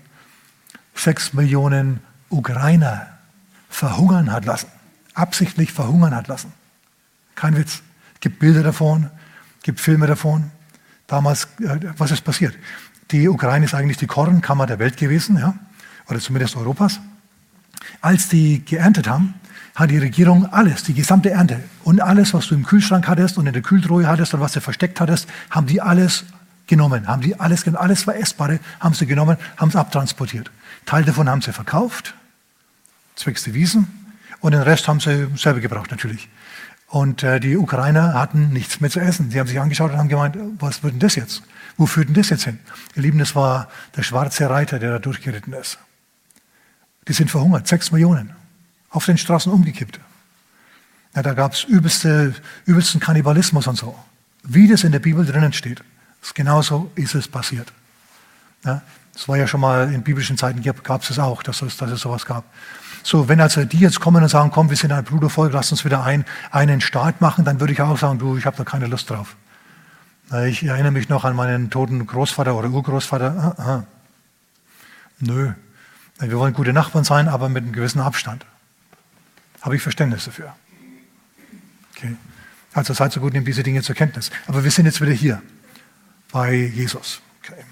6 Millionen Ukrainer verhungern hat lassen. Absichtlich verhungern hat lassen. Kein Witz. Es gibt Bilder davon, gibt Filme davon. Damals, was ist passiert? Die Ukraine ist eigentlich die Kornkammer der Welt gewesen, ja? Oder zumindest Europas. Als die geerntet haben, hat die Regierung alles, die gesamte Ernte und alles, was du im Kühlschrank hattest und in der Kühltruhe hattest und was du versteckt hattest, haben die alles genommen. Alles war Essbare, haben sie genommen, haben es abtransportiert. Teil davon haben sie verkauft, zwecks Devisen. Und den Rest haben sie selber gebraucht natürlich. Und die Ukrainer hatten nichts mehr zu essen. Sie haben sich angeschaut und haben gemeint, was wird denn das jetzt? Wo führt denn das jetzt hin? Ihr Lieben, das war der schwarze Reiter, der da durchgeritten ist. Die sind verhungert, 6 Millionen. Auf den Straßen umgekippt. Ja, da gab es übelsten Kannibalismus und so. Wie das in der Bibel drinnen steht. Genauso ist es passiert. Ja, das war ja schon mal in biblischen Zeiten, gab es auch, dass es sowas gab. So, wenn also die jetzt kommen und sagen, komm, wir sind ein Brudervolk, lass uns wieder einen Staat machen, dann würde ich auch sagen, du, ich habe da keine Lust drauf. Ich erinnere mich noch an meinen toten Großvater oder Urgroßvater. Nö, wir wollen gute Nachbarn sein, aber mit einem gewissen Abstand. Habe ich Verständnis dafür. Okay. Also seid so gut, nehmt diese Dinge zur Kenntnis. Aber wir sind jetzt wieder hier bei Jesus. Okay.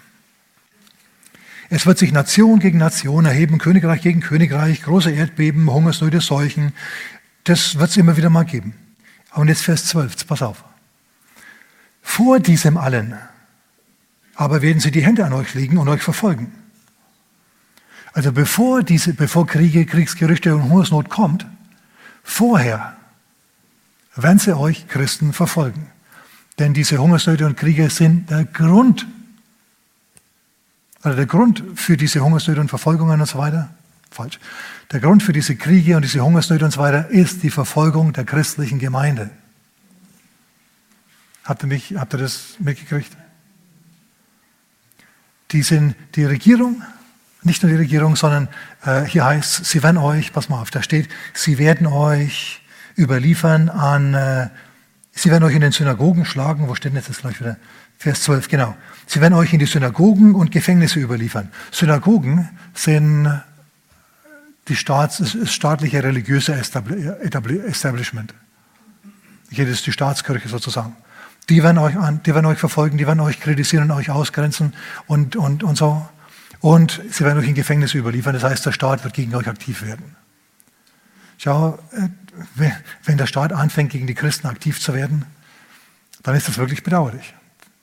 Es wird sich Nation gegen Nation erheben, Königreich gegen Königreich, große Erdbeben, Hungersnöte, Seuchen. Das wird es immer wieder mal geben. Und jetzt Vers 12, pass auf. Vor diesem allen aber werden sie die Hände an euch legen und euch verfolgen. Also bevor Kriege, Kriegsgerüchte und Hungersnot kommt, vorher werden sie euch Christen verfolgen. Denn diese Hungersnöte und Kriege sind der Grund für diese Hungersnöte und Verfolgungen und so weiter. Falsch. Der Grund für diese Kriege und diese Hungersnöte und so weiter ist die Verfolgung der christlichen Gemeinde. Habt ihr das mitgekriegt? Die Regierung, nicht nur die Regierung, sondern hier heißt, sie werden euch, pass mal auf, da steht, sie werden euch überliefern sie werden euch in den Synagogen schlagen, wo steht denn jetzt gleich wieder? Vers 12, genau. Sie werden euch in die Synagogen und Gefängnisse überliefern. Synagogen sind das staatliche religiöse Establishment. Hier ist die Staatskirche sozusagen. Die werden euch verfolgen, die werden euch kritisieren und euch ausgrenzen und so. Und sie werden euch in Gefängnisse überliefern. Das heißt, der Staat wird gegen euch aktiv werden. Schau, wenn der Staat anfängt, gegen die Christen aktiv zu werden, dann ist das wirklich bedauerlich.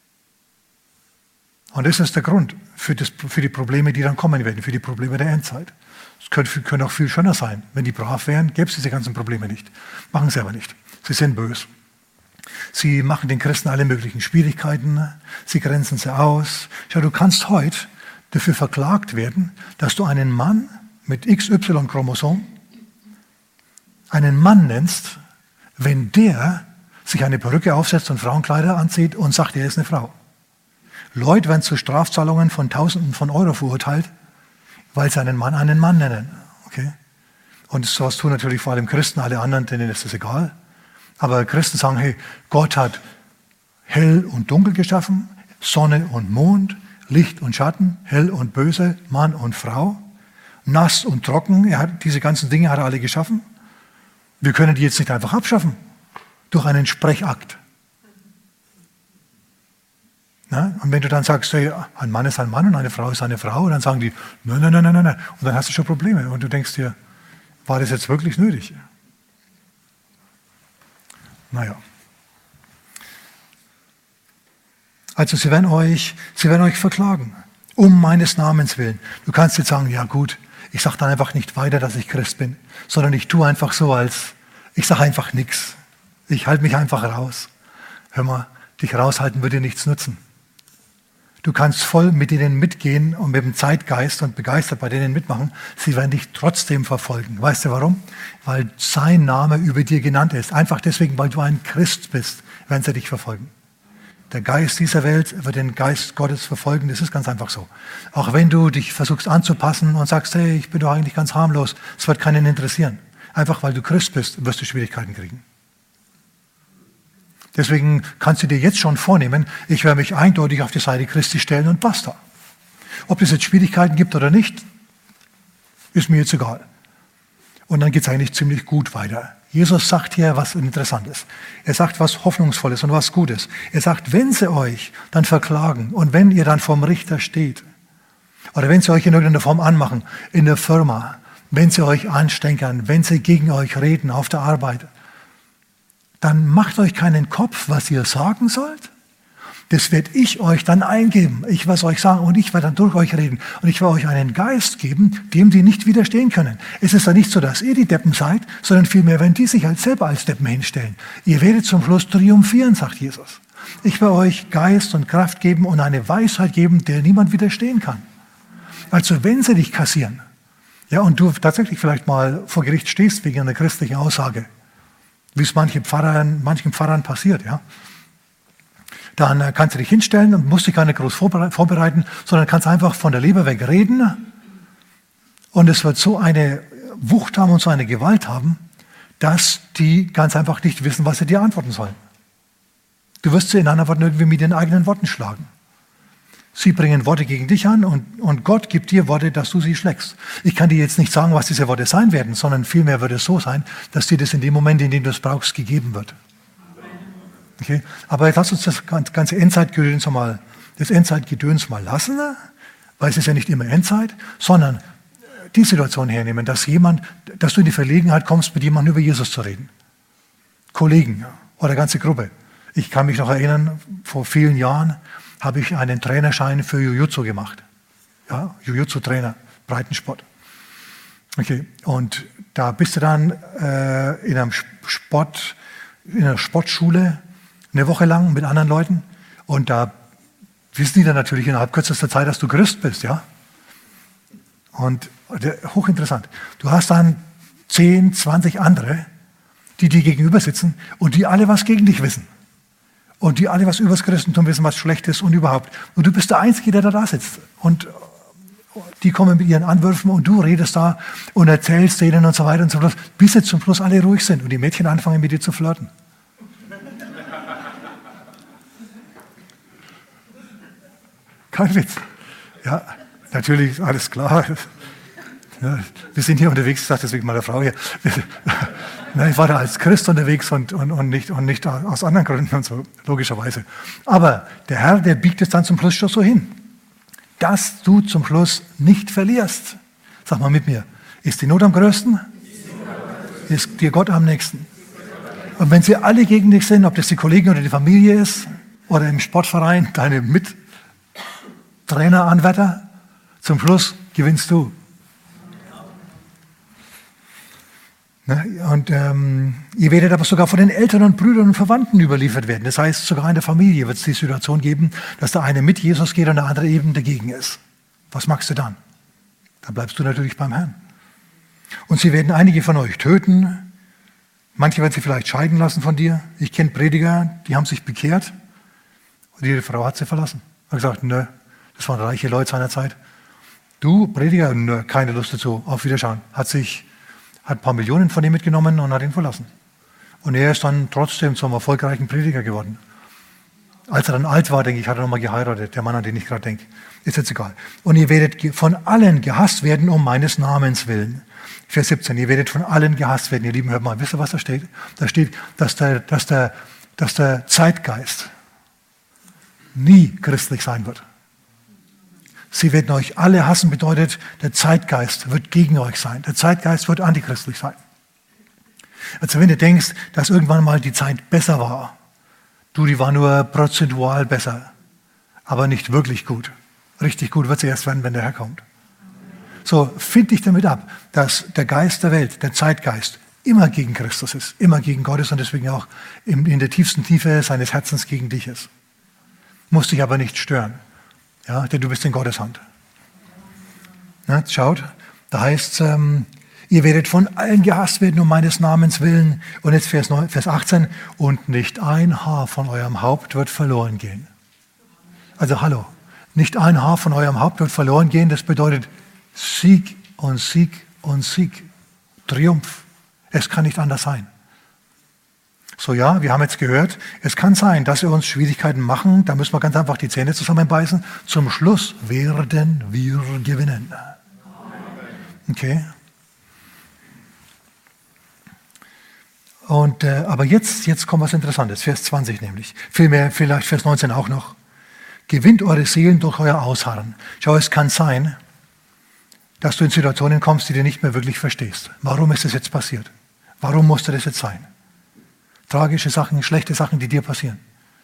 Und das ist der Grund für die Probleme, die dann kommen werden, für die Probleme der Endzeit. Es könnte auch viel schöner sein. Wenn die brav wären, gäbe es diese ganzen Probleme nicht. Machen sie aber nicht. Sie sind böse. Sie machen den Christen alle möglichen Schwierigkeiten. Sie grenzen sie aus. Schau, du kannst heute dafür verklagt werden, dass du einen Mann mit XY-Chromosom einen Mann nennst, wenn der sich eine Perücke aufsetzt und Frauenkleider anzieht und sagt, er ist eine Frau. Leute werden zu Strafzahlungen von Tausenden von Euro verurteilt, weil sie einen Mann nennen. Okay? Und sowas tun natürlich vor allem Christen, alle anderen, denen ist das egal. Aber Christen sagen, hey, Gott hat hell und dunkel geschaffen, Sonne und Mond, Licht und Schatten, hell und böse, Mann und Frau. nass und trocken. Diese ganzen Dinge hat er alle geschaffen. Wir können die jetzt nicht einfach abschaffen durch einen Sprechakt. Na? Und wenn du dann sagst, hey, ein Mann ist ein Mann und eine Frau ist eine Frau, dann sagen die, nein. Und dann hast du schon Probleme. Und du denkst dir, war das jetzt wirklich nötig? Naja. Also sie werden euch verklagen, um meines Namens willen. Du kannst jetzt sagen, ja gut, ich sage dann einfach nicht weiter, dass ich Christ bin, sondern ich tue einfach so, als ich sage einfach nichts. Ich halte mich einfach raus. Hör mal, dich raushalten würde dir nichts nützen. Du kannst voll mit denen mitgehen und mit dem Zeitgeist und begeistert bei denen mitmachen. Sie werden dich trotzdem verfolgen. Weißt du warum? Weil sein Name über dir genannt ist. Einfach deswegen, weil du ein Christ bist, werden sie dich verfolgen. Der Geist dieser Welt wird den Geist Gottes verfolgen. Das ist ganz einfach so. Auch wenn du dich versuchst anzupassen und sagst, hey, ich bin doch eigentlich ganz harmlos, es wird keinen interessieren. Einfach weil du Christ bist, wirst du Schwierigkeiten kriegen. Deswegen kannst du dir jetzt schon vornehmen, ich werde mich eindeutig auf die Seite Christi stellen und basta. Ob es jetzt Schwierigkeiten gibt oder nicht, ist mir jetzt egal. Und dann geht es eigentlich ziemlich gut weiter. Jesus sagt hier was Interessantes. Er sagt was Hoffnungsvolles und was Gutes. Er sagt, wenn sie euch dann verklagen und wenn ihr dann vorm Richter steht oder wenn sie euch in irgendeiner Form anmachen, in der Firma, wenn sie euch anstänkern, wenn sie gegen euch reden auf der Arbeit, dann macht euch keinen Kopf, was ihr sagen sollt. Das werde ich euch dann eingeben. Ich werde es euch sagen und ich werde dann durch euch reden. Und ich werde euch einen Geist geben, dem die nicht widerstehen können. Es ist ja nicht so, dass ihr die Deppen seid, sondern vielmehr, wenn die sich halt selber als Deppen hinstellen. Ihr werdet zum Schluss triumphieren, sagt Jesus. Ich werde euch Geist und Kraft geben und eine Weisheit geben, der niemand widerstehen kann. Also wenn sie dich kassieren, ja, und du tatsächlich vielleicht mal vor Gericht stehst wegen einer christlichen Aussage, wie es manchen Pfarrern passiert, ja, dann kannst du dich hinstellen und musst dich gar nicht groß vorbereiten, sondern kannst einfach von der Leber weg reden. Und es wird so eine Wucht haben und so eine Gewalt haben, dass die ganz einfach nicht wissen, was sie dir antworten sollen. Du wirst sie in anderen Worten irgendwie mit den eigenen Worten schlagen. Sie bringen Worte gegen dich an und Gott gibt dir Worte, dass du sie schlägst. Ich kann dir jetzt nicht sagen, was diese Worte sein werden, sondern vielmehr wird es so sein, dass dir das in dem Moment, in dem du es brauchst, gegeben wird. Okay? Aber jetzt lass uns das ganze Endzeitgedöns mal lassen, weil es ist ja nicht immer Endzeit, sondern die Situation hernehmen, dass du in die Verlegenheit kommst, mit jemandem über Jesus zu reden. Kollegen oder ganze Gruppe. Ich kann mich noch erinnern, vor vielen Jahren habe ich einen Trainerschein für Jiu-Jitsu gemacht. Ja, Jiu-Jitsu-Trainer, Breitensport. Okay, und da bist du dann in einer Sportschule eine Woche lang mit anderen Leuten und da wissen die dann natürlich innerhalb kürzester Zeit, dass du Christ bist, ja. Und hochinteressant. Du hast dann 10, 20 andere, die dir gegenüber sitzen und die alle was gegen dich wissen. Und die alle was über das Christentum wissen, was schlecht ist und überhaupt. Und du bist der Einzige, der da sitzt. Und die kommen mit ihren Anwürfen und du redest da und erzählst denen und so weiter und so fort, bis sie zum Schluss alle ruhig sind und die Mädchen anfangen mit dir zu flirten. Kein Witz. Ja, natürlich, alles klar. Ja, wir sind hier unterwegs, ich sage deswegen mal der Frau hier. Ich war da als Christ unterwegs und nicht aus anderen Gründen und so, logischerweise. Aber der Herr, der biegt es dann zum Schluss schon so hin, dass du zum Schluss nicht verlierst. Sag mal mit mir, ist die Not am größten? Ist dir Gott am nächsten? Und wenn sie alle gegen dich sind, ob das die Kollegen oder die Familie ist oder im Sportverein, deine Mittraineranwärter, zum Schluss gewinnst du. Und ihr werdet aber sogar von den Eltern und Brüdern und Verwandten überliefert werden. Das heißt, sogar in der Familie wird es die Situation geben, dass der eine mit Jesus geht und der andere eben dagegen ist. Was machst du dann? Dann bleibst du natürlich beim Herrn. Und sie werden einige von euch töten. Manche werden sie vielleicht scheiden lassen von dir. Ich kenne Prediger, die haben sich bekehrt und ihre Frau hat sie verlassen. Hat gesagt, nö, das waren reiche Leute seiner Zeit. Du, Prediger, nö, keine Lust dazu, auf Wiederschauen. Hat ein paar Millionen von ihm mitgenommen und hat ihn verlassen. Und er ist dann trotzdem zum erfolgreichen Prediger geworden. Als er dann alt war, denke ich, hat er nochmal geheiratet, der Mann, an den ich gerade denke. Ist jetzt egal. Und ihr werdet von allen gehasst werden um meines Namens willen. Vers 17, ihr werdet von allen gehasst werden. Ihr Lieben, hört mal, wisst ihr, was da steht? Da steht, dass der Zeitgeist nie christlich sein wird. Sie werden euch alle hassen, bedeutet, der Zeitgeist wird gegen euch sein. Der Zeitgeist wird antichristlich sein. Also wenn du denkst, dass irgendwann mal die Zeit besser war, die war nur prozentual besser, aber nicht wirklich gut. Richtig gut wird sie erst werden, wenn der Herr kommt. So, find dich damit ab, dass der Geist der Welt, der Zeitgeist, immer gegen Christus ist, immer gegen Gott ist und deswegen auch in der tiefsten Tiefe seines Herzens gegen dich ist. Muss dich aber nicht stören, ja, denn du bist in Gottes Hand. Ja, schaut, da heißt es, ihr werdet von allen gehasst werden um meines Namens willen. Und jetzt Vers 18, und nicht ein Haar von eurem Haupt wird verloren gehen. Also hallo, nicht ein Haar von eurem Haupt wird verloren gehen, das bedeutet Sieg und Sieg und Sieg, Triumph. Es kann nicht anders sein. So ja, wir haben jetzt gehört, es kann sein, dass wir uns Schwierigkeiten machen, da müssen wir ganz einfach die Zähne zusammenbeißen. Zum Schluss werden wir gewinnen. Okay? Und, aber jetzt kommt was Interessantes, Vers 20 nämlich. Vielmehr vielleicht Vers 19 auch noch. Gewinnt eure Seelen durch euer Ausharren. Schau, es kann sein, dass du in Situationen kommst, die du nicht mehr wirklich verstehst. Warum ist das jetzt passiert? Warum musste das jetzt sein? Tragische Sachen, schlechte Sachen, die dir passieren.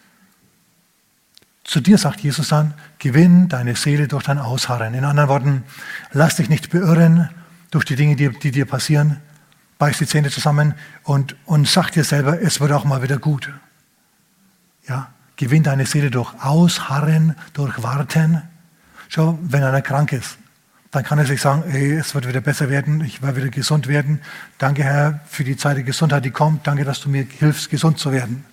Zu dir sagt Jesus dann, gewinn deine Seele durch dein Ausharren. In anderen Worten, lass dich nicht beirren durch die Dinge, die dir passieren. Beiß die Zähne zusammen und sag dir selber, es wird auch mal wieder gut. Ja, gewinn deine Seele durch Ausharren, durch Warten. Schau, wenn einer krank ist, dann kann er sich sagen, hey, es wird wieder besser werden, ich werde wieder gesund werden. Danke, Herr, für die Zeit der Gesundheit, die kommt. Danke, dass du mir hilfst, gesund zu werden.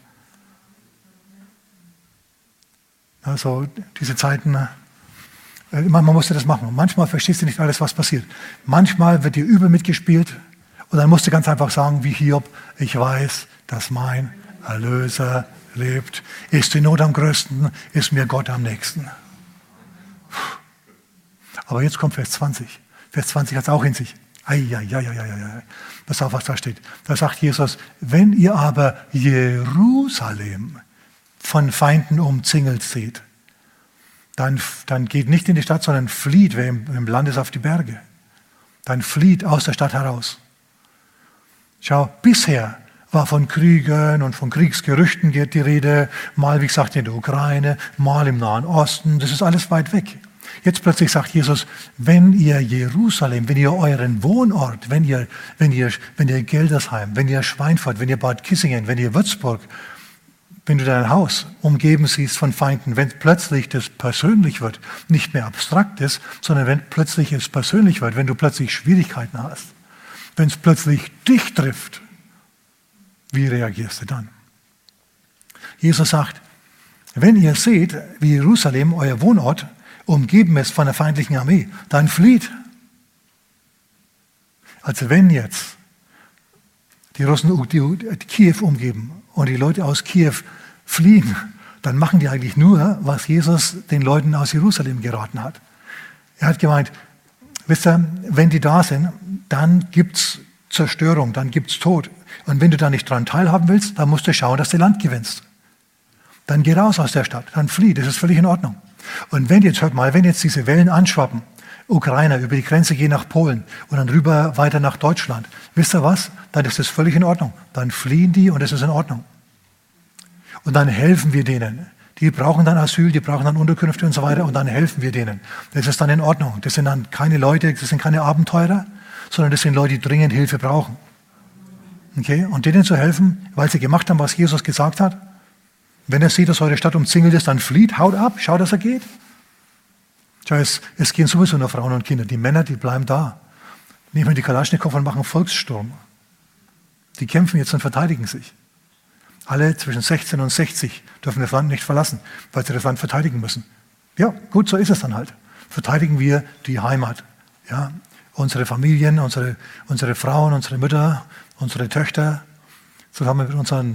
Also diese Zeiten, man musste das machen. Manchmal verstehst du nicht alles, was passiert. Manchmal wird dir übel mitgespielt und dann musst du ganz einfach sagen, wie Hiob, ich weiß, dass mein Erlöser lebt. Ist die Not am größten, ist mir Gott am nächsten. Aber jetzt kommt Vers 20. Vers 20 hat es auch in sich. Pass auf, was da steht. Da sagt Jesus, wenn ihr aber Jerusalem von Feinden umzingelt seht, dann geht nicht in die Stadt, sondern flieht, wer im Land ist, auf die Berge. Dann flieht aus der Stadt heraus. Schau, bisher war von Kriegen und von Kriegsgerüchten die Rede, mal, wie gesagt, in der Ukraine, mal im Nahen Osten, das ist alles weit weg. Jetzt plötzlich sagt Jesus, wenn ihr Jerusalem, wenn ihr euren Wohnort, wenn ihr Geldersheim, wenn ihr Schweinfurt, wenn ihr Bad Kissingen, wenn ihr Würzburg, wenn du dein Haus umgeben siehst von Feinden, wenn plötzlich das persönlich wird, nicht mehr abstrakt ist, sondern wenn plötzlich es persönlich wird, wenn du plötzlich Schwierigkeiten hast, wenn es plötzlich dich trifft, wie reagierst du dann? Jesus sagt, wenn ihr seht, wie Jerusalem, euer Wohnort, umgeben ist von der feindlichen Armee, dann flieht. Also wenn jetzt die Russen die Kiew umgeben und die Leute aus Kiew fliehen, dann machen die eigentlich nur, was Jesus den Leuten aus Jerusalem geraten hat. Er hat gemeint, wisst ihr, wenn die da sind, dann gibt es Zerstörung, dann gibt es Tod. Und wenn du da nicht dran teilhaben willst, dann musst du schauen, dass du Land gewinnst. Dann geh raus aus der Stadt, dann flieh, das ist völlig in Ordnung. Und wenn jetzt diese Wellen anschwappen, Ukrainer über die Grenze gehen nach Polen und dann rüber weiter nach Deutschland, wisst ihr was? Dann ist das völlig in Ordnung. Dann fliehen die und es ist in Ordnung. Und dann helfen wir denen. Die brauchen dann Asyl, die brauchen dann Unterkünfte und so weiter und dann helfen wir denen. Das ist dann in Ordnung. Das sind dann keine Leute, das sind keine Abenteurer, sondern das sind Leute, die dringend Hilfe brauchen. Okay? Und denen zu helfen, weil sie gemacht haben, was Jesus gesagt hat. Wenn er sieht, dass eure Stadt umzingelt ist, dann flieht, haut ab, schaut, dass er geht. Schau, es gehen sowieso nur Frauen und Kinder. Die Männer, die bleiben da. Nehmen die Kalaschnikow und machen Volkssturm. Die kämpfen jetzt und verteidigen sich. Alle zwischen 16 und 60 dürfen das Land nicht verlassen, weil sie das Land verteidigen müssen. Ja, gut, so ist es dann halt. Verteidigen wir die Heimat. Ja, unsere Familien, unsere Frauen, unsere Mütter, unsere Töchter, zusammen mit unseren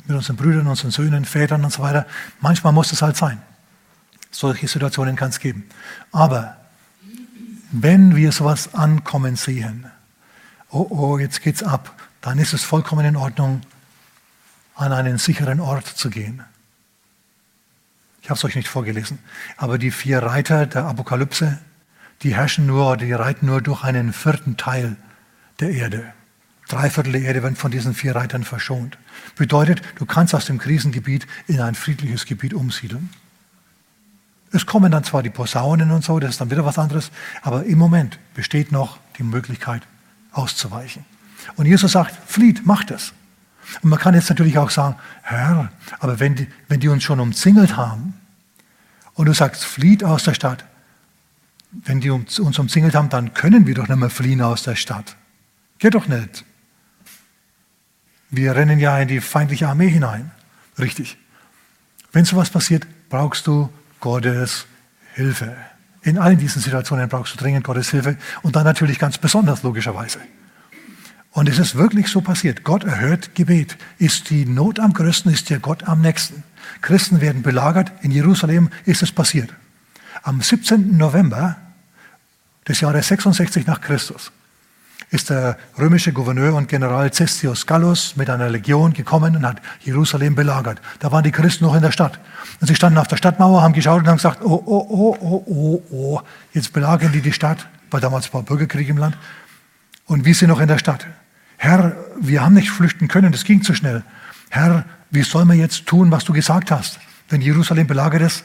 mit unseren Brüdern, unseren Söhnen, Vätern und so weiter. Manchmal muss es halt sein. Solche Situationen kann es geben. Aber wenn wir sowas ankommen sehen, oh, jetzt geht's ab, dann ist es vollkommen in Ordnung, an einen sicheren Ort zu gehen. Ich habe es euch nicht vorgelesen, aber die 4 Reiter der Apokalypse, die reiten nur durch einen 1/4 Teil der Erde. 3/4 der Erde werden von diesen 4 Reitern verschont. Bedeutet, du kannst aus dem Krisengebiet in ein friedliches Gebiet umsiedeln. Es kommen dann zwar die Posaunen und so, das ist dann wieder was anderes, aber im Moment besteht noch die Möglichkeit, auszuweichen. Und Jesus sagt, flieht, macht es. Und man kann jetzt natürlich auch sagen, Herr, aber wenn die uns schon umzingelt haben und du sagst, flieht aus der Stadt, wenn die uns umzingelt haben, dann können wir doch nicht mehr fliehen aus der Stadt. Geht doch nicht. Wir rennen ja in die feindliche Armee hinein. Richtig. Wenn sowas passiert, brauchst du Gottes Hilfe. In allen diesen Situationen brauchst du dringend Gottes Hilfe und dann natürlich ganz besonders logischerweise. Und es ist wirklich so passiert. Gott erhört Gebet. Ist die Not am größten, ist dir Gott am nächsten. Christen werden belagert. In Jerusalem ist es passiert. Am 17. November des Jahres 66 nach Christus ist der römische Gouverneur und General Cestius Gallus mit einer Legion gekommen und hat Jerusalem belagert. Da waren die Christen noch in der Stadt. Und sie standen auf der Stadtmauer, haben geschaut und haben gesagt, oh, jetzt belagern die Stadt, weil damals war Bürgerkrieg im Land. Und wir sind noch in der Stadt. Herr, wir haben nicht flüchten können, das ging zu schnell. Herr, wie sollen wir jetzt tun, was du gesagt hast, wenn Jerusalem belagert ist?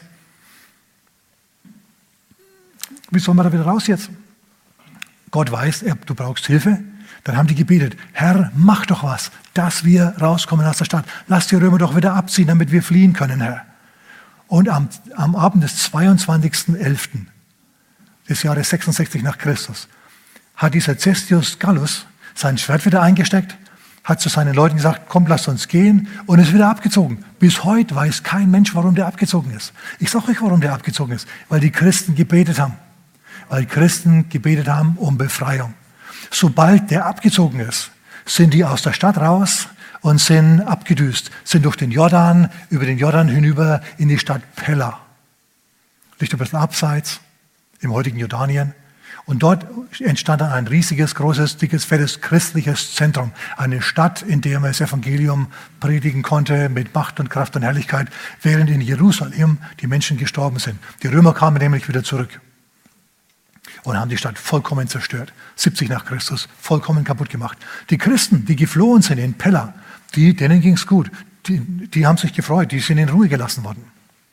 Wie sollen wir da wieder raus jetzt? Gott weiß, du brauchst Hilfe. Dann haben die gebetet, Herr, mach doch was, dass wir rauskommen aus der Stadt. Lass die Römer doch wieder abziehen, damit wir fliehen können, Herr. Und am Abend des 22.11. des Jahres 66 nach Christus hat dieser Cestius Gallus sein Schwert wieder eingesteckt, hat zu seinen Leuten gesagt, komm, lasst uns gehen, und ist wieder abgezogen. Bis heute weiß kein Mensch, warum der abgezogen ist. Ich sage euch, warum der abgezogen ist. Weil die Christen gebetet haben. Weil Christen gebetet haben um Befreiung. Sobald der abgezogen ist, sind die aus der Stadt raus und sind abgedüst, sind durch den Jordan, über den Jordan hinüber in die Stadt Pella. Liegt ein bisschen abseits, im heutigen Jordanien. Und dort entstand dann ein riesiges, großes, dickes, fettes christliches Zentrum. Eine Stadt, in der man das Evangelium predigen konnte mit Macht und Kraft und Herrlichkeit, während in Jerusalem die Menschen gestorben sind. Die Römer kamen nämlich wieder zurück und haben die Stadt vollkommen zerstört. 70 nach Christus, vollkommen kaputt gemacht. Die Christen, die geflohen sind in Pella, denen ging es gut. Die haben sich gefreut, die sind in Ruhe gelassen worden.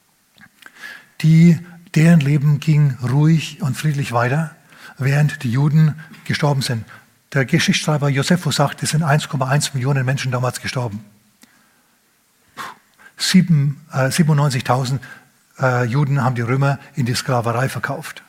Deren Leben ging ruhig und friedlich weiter, während die Juden gestorben sind. Der Geschichtsschreiber Josephus sagt, es sind 1,1 Millionen Menschen damals gestorben. 97.000 Juden haben die Römer in die Sklaverei verkauft.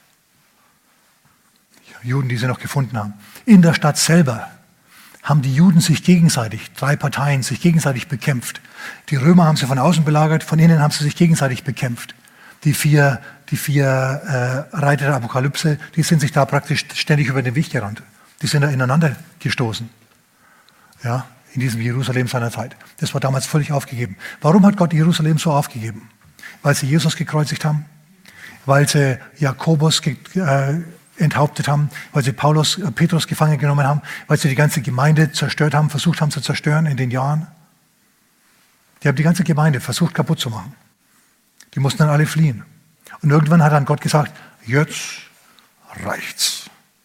Juden, die sie noch gefunden haben. In der Stadt selber haben die Juden sich gegenseitig, 3 Parteien, sich gegenseitig bekämpft. Die Römer haben sie von außen belagert, von innen haben sie sich gegenseitig bekämpft. Die vier Reiter der Apokalypse, die sind sich da praktisch ständig über den Weg gerannt. Die sind da ineinander gestoßen. Ja, in diesem Jerusalem seiner Zeit. Das war damals völlig aufgegeben. Warum hat Gott Jerusalem so aufgegeben? Weil sie Jesus gekreuzigt haben? Weil sie Jakobus enthauptet haben? Weil sie Petrus gefangen genommen haben? Weil sie die ganze Gemeinde zerstört haben, versucht haben zu zerstören in den Jahren? Die haben die ganze Gemeinde versucht kaputt zu machen. Die mussten dann alle fliehen. Und irgendwann hat dann Gott gesagt, jetzt reicht's.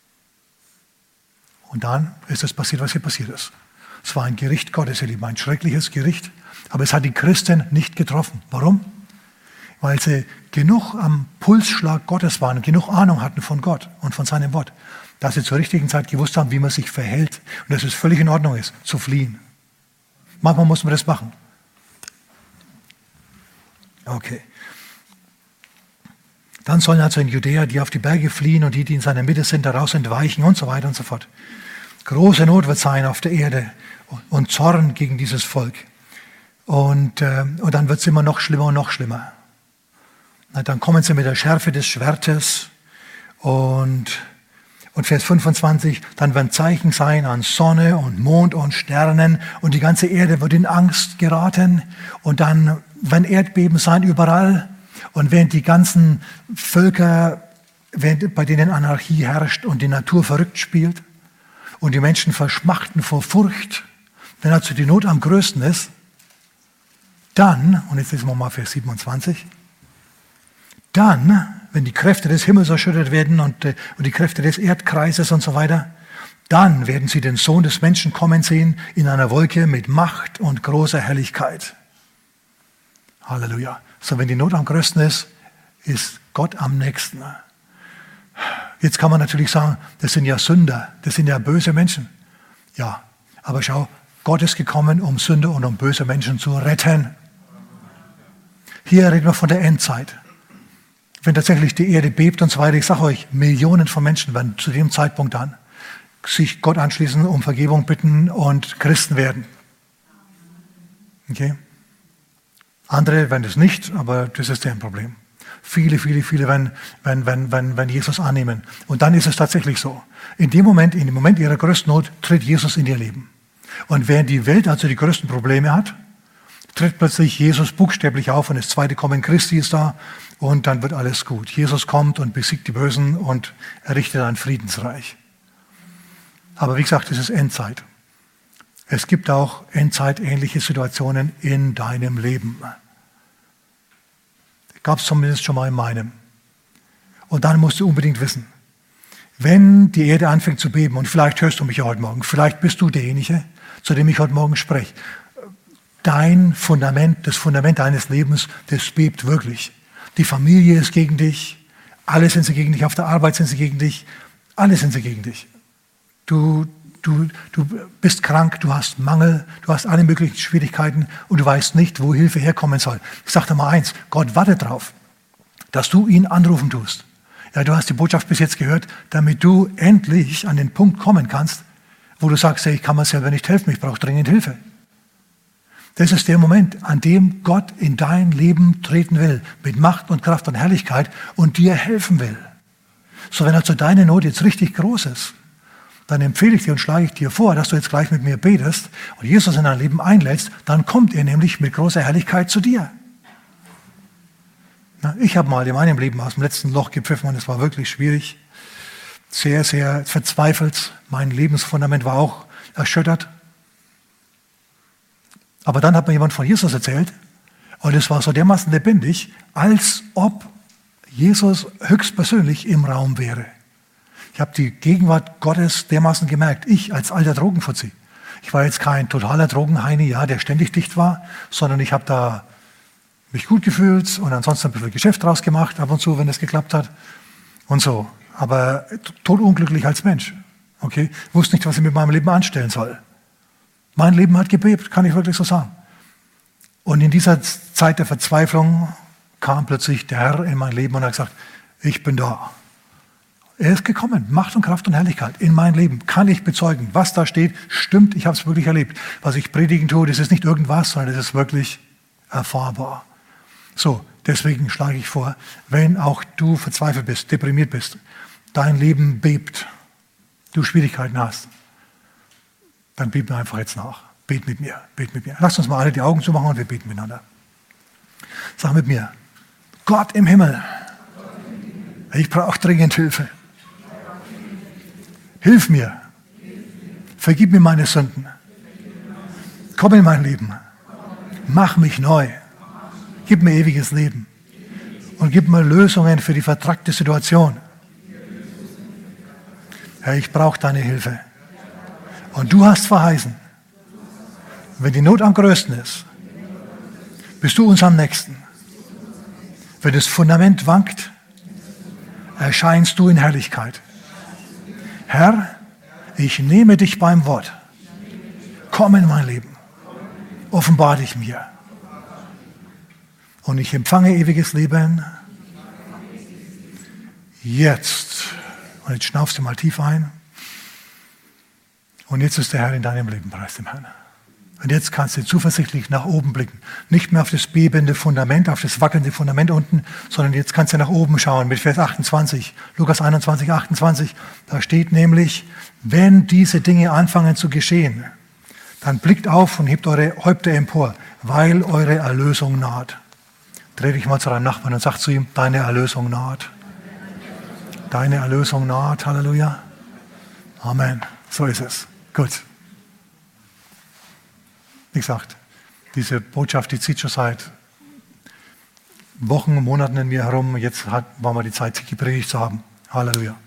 Und dann ist es passiert, was hier passiert ist. Es war ein Gericht Gottes, ihr Lieben, ein schreckliches Gericht. Aber es hat die Christen nicht getroffen. Warum? Weil sie genug am Pulsschlag Gottes waren, genug Ahnung hatten von Gott und von seinem Wort, dass sie zur richtigen Zeit gewusst haben, wie man sich verhält und dass es völlig in Ordnung ist, zu fliehen. Manchmal muss man das machen. Okay. Dann sollen also in Judäa die auf die Berge fliehen und die in seiner Mitte sind, daraus entweichen und so weiter und so fort. Große Not wird sein auf der Erde und Zorn gegen dieses Volk. Und dann wird es immer noch schlimmer und noch schlimmer. Dann kommen sie mit der Schärfe des Schwertes und Und Vers 25, dann werden Zeichen sein an Sonne und Mond und Sternen und die ganze Erde wird in Angst geraten. Und dann werden Erdbeben sein überall. Und während die ganzen Völker, bei denen Anarchie herrscht und die Natur verrückt spielt und die Menschen verschmachten vor Furcht, wenn also die Not am größten ist, dann, und jetzt lesen wir mal Vers 27, dann, wenn die Kräfte des Himmels erschüttert werden und die Kräfte des Erdkreises und so weiter, dann werden sie den Sohn des Menschen kommen sehen in einer Wolke mit Macht und großer Herrlichkeit. Halleluja. So, wenn die Not am größten ist, ist Gott am nächsten. Jetzt kann man natürlich sagen, das sind ja Sünder, das sind ja böse Menschen. Ja, aber schau, Gott ist gekommen, um Sünder und um böse Menschen zu retten. Hier reden wir von der Endzeit. Wenn tatsächlich die Erde bebt und so weiter, ich sage euch, Millionen von Menschen werden zu dem Zeitpunkt dann sich Gott anschließen, um Vergebung bitten und Christen werden. Okay? Andere werden das nicht, aber das ist deren Problem. Viele werden Jesus annehmen. Und dann ist es tatsächlich so. In dem Moment ihrer größten Not, tritt Jesus in ihr Leben. Und während die Welt also die größten Probleme hat, tritt plötzlich Jesus buchstäblich auf und das zweite Kommen Christi ist da und dann wird alles gut. Jesus kommt und besiegt die Bösen und errichtet ein Friedensreich. Aber wie gesagt, es ist Endzeit. Es gibt auch endzeitähnliche Situationen in deinem Leben. Gab es zumindest schon mal in meinem. Und dann musst du unbedingt wissen, wenn die Erde anfängt zu beben, und vielleicht hörst du mich ja heute Morgen, vielleicht bist du derjenige, zu dem ich heute Morgen spreche. Dein Fundament, das Fundament deines Lebens, das bebt wirklich. Die Familie ist gegen dich, alle sind sie gegen dich, auf der Arbeit sind sie gegen dich, alle sind sie gegen dich. Du bist krank, du hast Mangel, du hast alle möglichen Schwierigkeiten und du weißt nicht, wo Hilfe herkommen soll. Ich sage dir mal eins, Gott wartet darauf, dass du ihn anrufen tust. Ja, du hast die Botschaft bis jetzt gehört, damit du endlich an den Punkt kommen kannst, wo du sagst, hey, ich kann mir selber nicht helfen, ich brauche dringend Hilfe. Das ist der Moment, an dem Gott in dein Leben treten will, mit Macht und Kraft und Herrlichkeit und dir helfen will. So, wenn also deine Not jetzt richtig groß ist, dann empfehle ich dir und schlage ich dir vor, dass du jetzt gleich mit mir betest und Jesus in dein Leben einlädst, dann kommt er nämlich mit großer Herrlichkeit zu dir. Na, ich habe mal in meinem Leben aus dem letzten Loch gepfiffen und es war wirklich schwierig, sehr, sehr verzweifelt. Mein Lebensfundament war auch erschüttert. Aber dann hat mir jemand von Jesus erzählt und es war so dermaßen lebendig, als ob Jesus höchstpersönlich im Raum wäre. Ich habe die Gegenwart Gottes dermaßen gemerkt. Ich als alter Drogenfuzzi. Ich war jetzt kein totaler Drogenheini, ja, der ständig dicht war, sondern ich habe da mich gut gefühlt und ansonsten ein bisschen Geschäft draus gemacht, ab und zu, wenn es geklappt hat und so. Aber todunglücklich als Mensch. Okay? Wusste nicht, was ich mit meinem Leben anstellen soll. Mein Leben hat gebebt, kann ich wirklich so sagen. Und in dieser Zeit der Verzweiflung kam plötzlich der Herr in mein Leben und hat gesagt, ich bin da. Er ist gekommen, Macht und Kraft und Herrlichkeit in mein Leben. Kann ich bezeugen, was da steht, stimmt, ich habe es wirklich erlebt. Was ich predigen tue, das ist nicht irgendwas, sondern das ist wirklich erfahrbar. So, deswegen schlage ich vor, wenn auch du verzweifelt bist, deprimiert bist, dein Leben bebt, du Schwierigkeiten hast, dann bet mir einfach jetzt nach. Bet mit mir, bet mit mir. Lasst uns mal alle die Augen zumachen und wir beten miteinander. Sag mit mir, Gott im Himmel, ich brauche dringend Hilfe. Hilf mir. Vergib mir meine Sünden. Komm in mein Leben. Mach mich neu. Gib mir ewiges Leben. Und gib mir Lösungen für die vertrackte Situation. Herr, ich brauche deine Hilfe. Und du hast verheißen, wenn die Not am größten ist, bist du uns am nächsten. Wenn das Fundament wankt, erscheinst du in Herrlichkeit. Herr, ich nehme dich beim Wort. Komm in mein Leben. Offenbar dich mir. Und ich empfange ewiges Leben. Jetzt. Und jetzt schnaufst du mal tief ein. Und jetzt ist der Herr in deinem Leben, preis dem Herrn. Und jetzt kannst du zuversichtlich nach oben blicken. Nicht mehr auf das bebende Fundament, auf das wackelnde Fundament unten, sondern jetzt kannst du nach oben schauen mit Vers 28. Lukas 21, 28. Da steht nämlich, wenn diese Dinge anfangen zu geschehen, dann blickt auf und hebt eure Häupter empor, weil eure Erlösung naht. Dreh dich mal zu deinem Nachbarn und sag zu ihm, deine Erlösung naht. Deine Erlösung naht. Halleluja. Amen. So ist es. Gut. Wie gesagt, diese Botschaft, die zieht schon seit Wochen, Monaten in mir herum. Jetzt war mal die Zeit, die gepredigt zu haben. Halleluja.